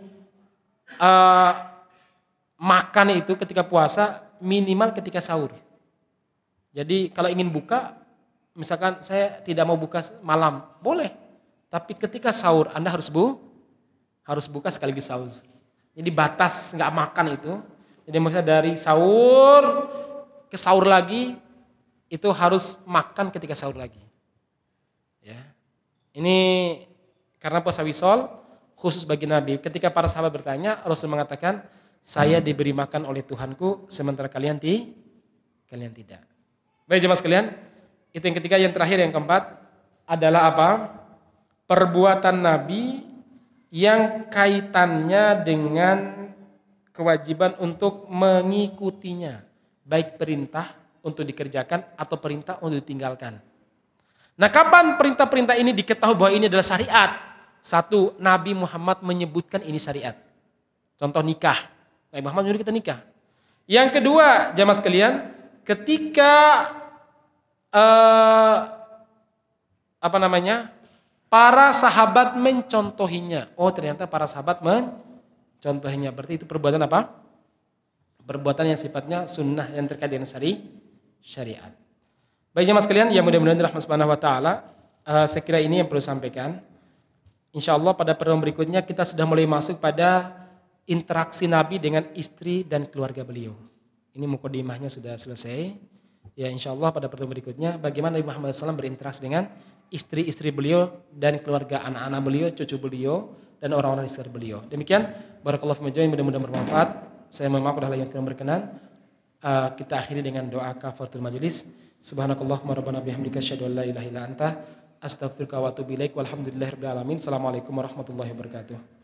makan itu ketika puasa minimal ketika sahur. Jadi kalau ingin buka, misalkan saya tidak mau buka malam, boleh. Tapi ketika sahur Anda harus buka sekaligus sahur. Jadi batas nggak makan itu. Jadi maksudnya dari sahur ke sahur lagi itu harus makan ketika sahur lagi. Ya. Ini karena puasa wisol khusus bagi Nabi. Ketika para sahabat bertanya, Rasul mengatakan, saya diberi makan oleh Tuhanku sementara kalian tidak. Baik jemaah sekalian, itu yang ketiga. Yang terakhir, yang keempat adalah apa? Perbuatan Nabi yang kaitannya dengan kewajiban untuk mengikutinya, baik perintah untuk dikerjakan atau perintah untuk ditinggalkan. Nah, kapan perintah-perintah ini diketahui bahwa ini adalah syariat? Satu, Nabi Muhammad menyebutkan ini syariat. Contoh nikah. Nabi Muhammad menyuruh kita nikah. Yang kedua, jamaah sekalian, ketika para sahabat mencontohinya. Oh, ternyata para sahabat mencontohinya. Berarti itu perbuatan apa? Perbuatan yang sifatnya sunnah yang terkait dengan syariat. Baik jemaah sekalian, yang mudah-mudahan dirahmati Subhanahu wa taala, saya kira ini yang perlu sampaikan. Insyaallah pada pertemuan berikutnya kita sudah mulai masuk pada interaksi Nabi dengan istri dan keluarga beliau. Ini mukadimahnya sudah selesai. Ya insyaallah pada pertemuan berikutnya bagaimana Nabi Muhammad SAW berinteraksi dengan istri-istri beliau dan keluarga anak-anak beliau, cucu beliau dan orang-orang di sekitar beliau. Demikian barakallahu fiikum, mudah-mudahan bermanfaat. Saya mohon maaf pada hal yang kurang berkenan. Kita akhiri dengan doa kafaratul majelis. Subhanakallahumma rabbana bihamdika asyhadu an la ilaha illa anta astaghfiruka wa atubu ilaik. Walhamdulillahirabbil alamin. Assalamualaikum warahmatullahi wabarakatuh.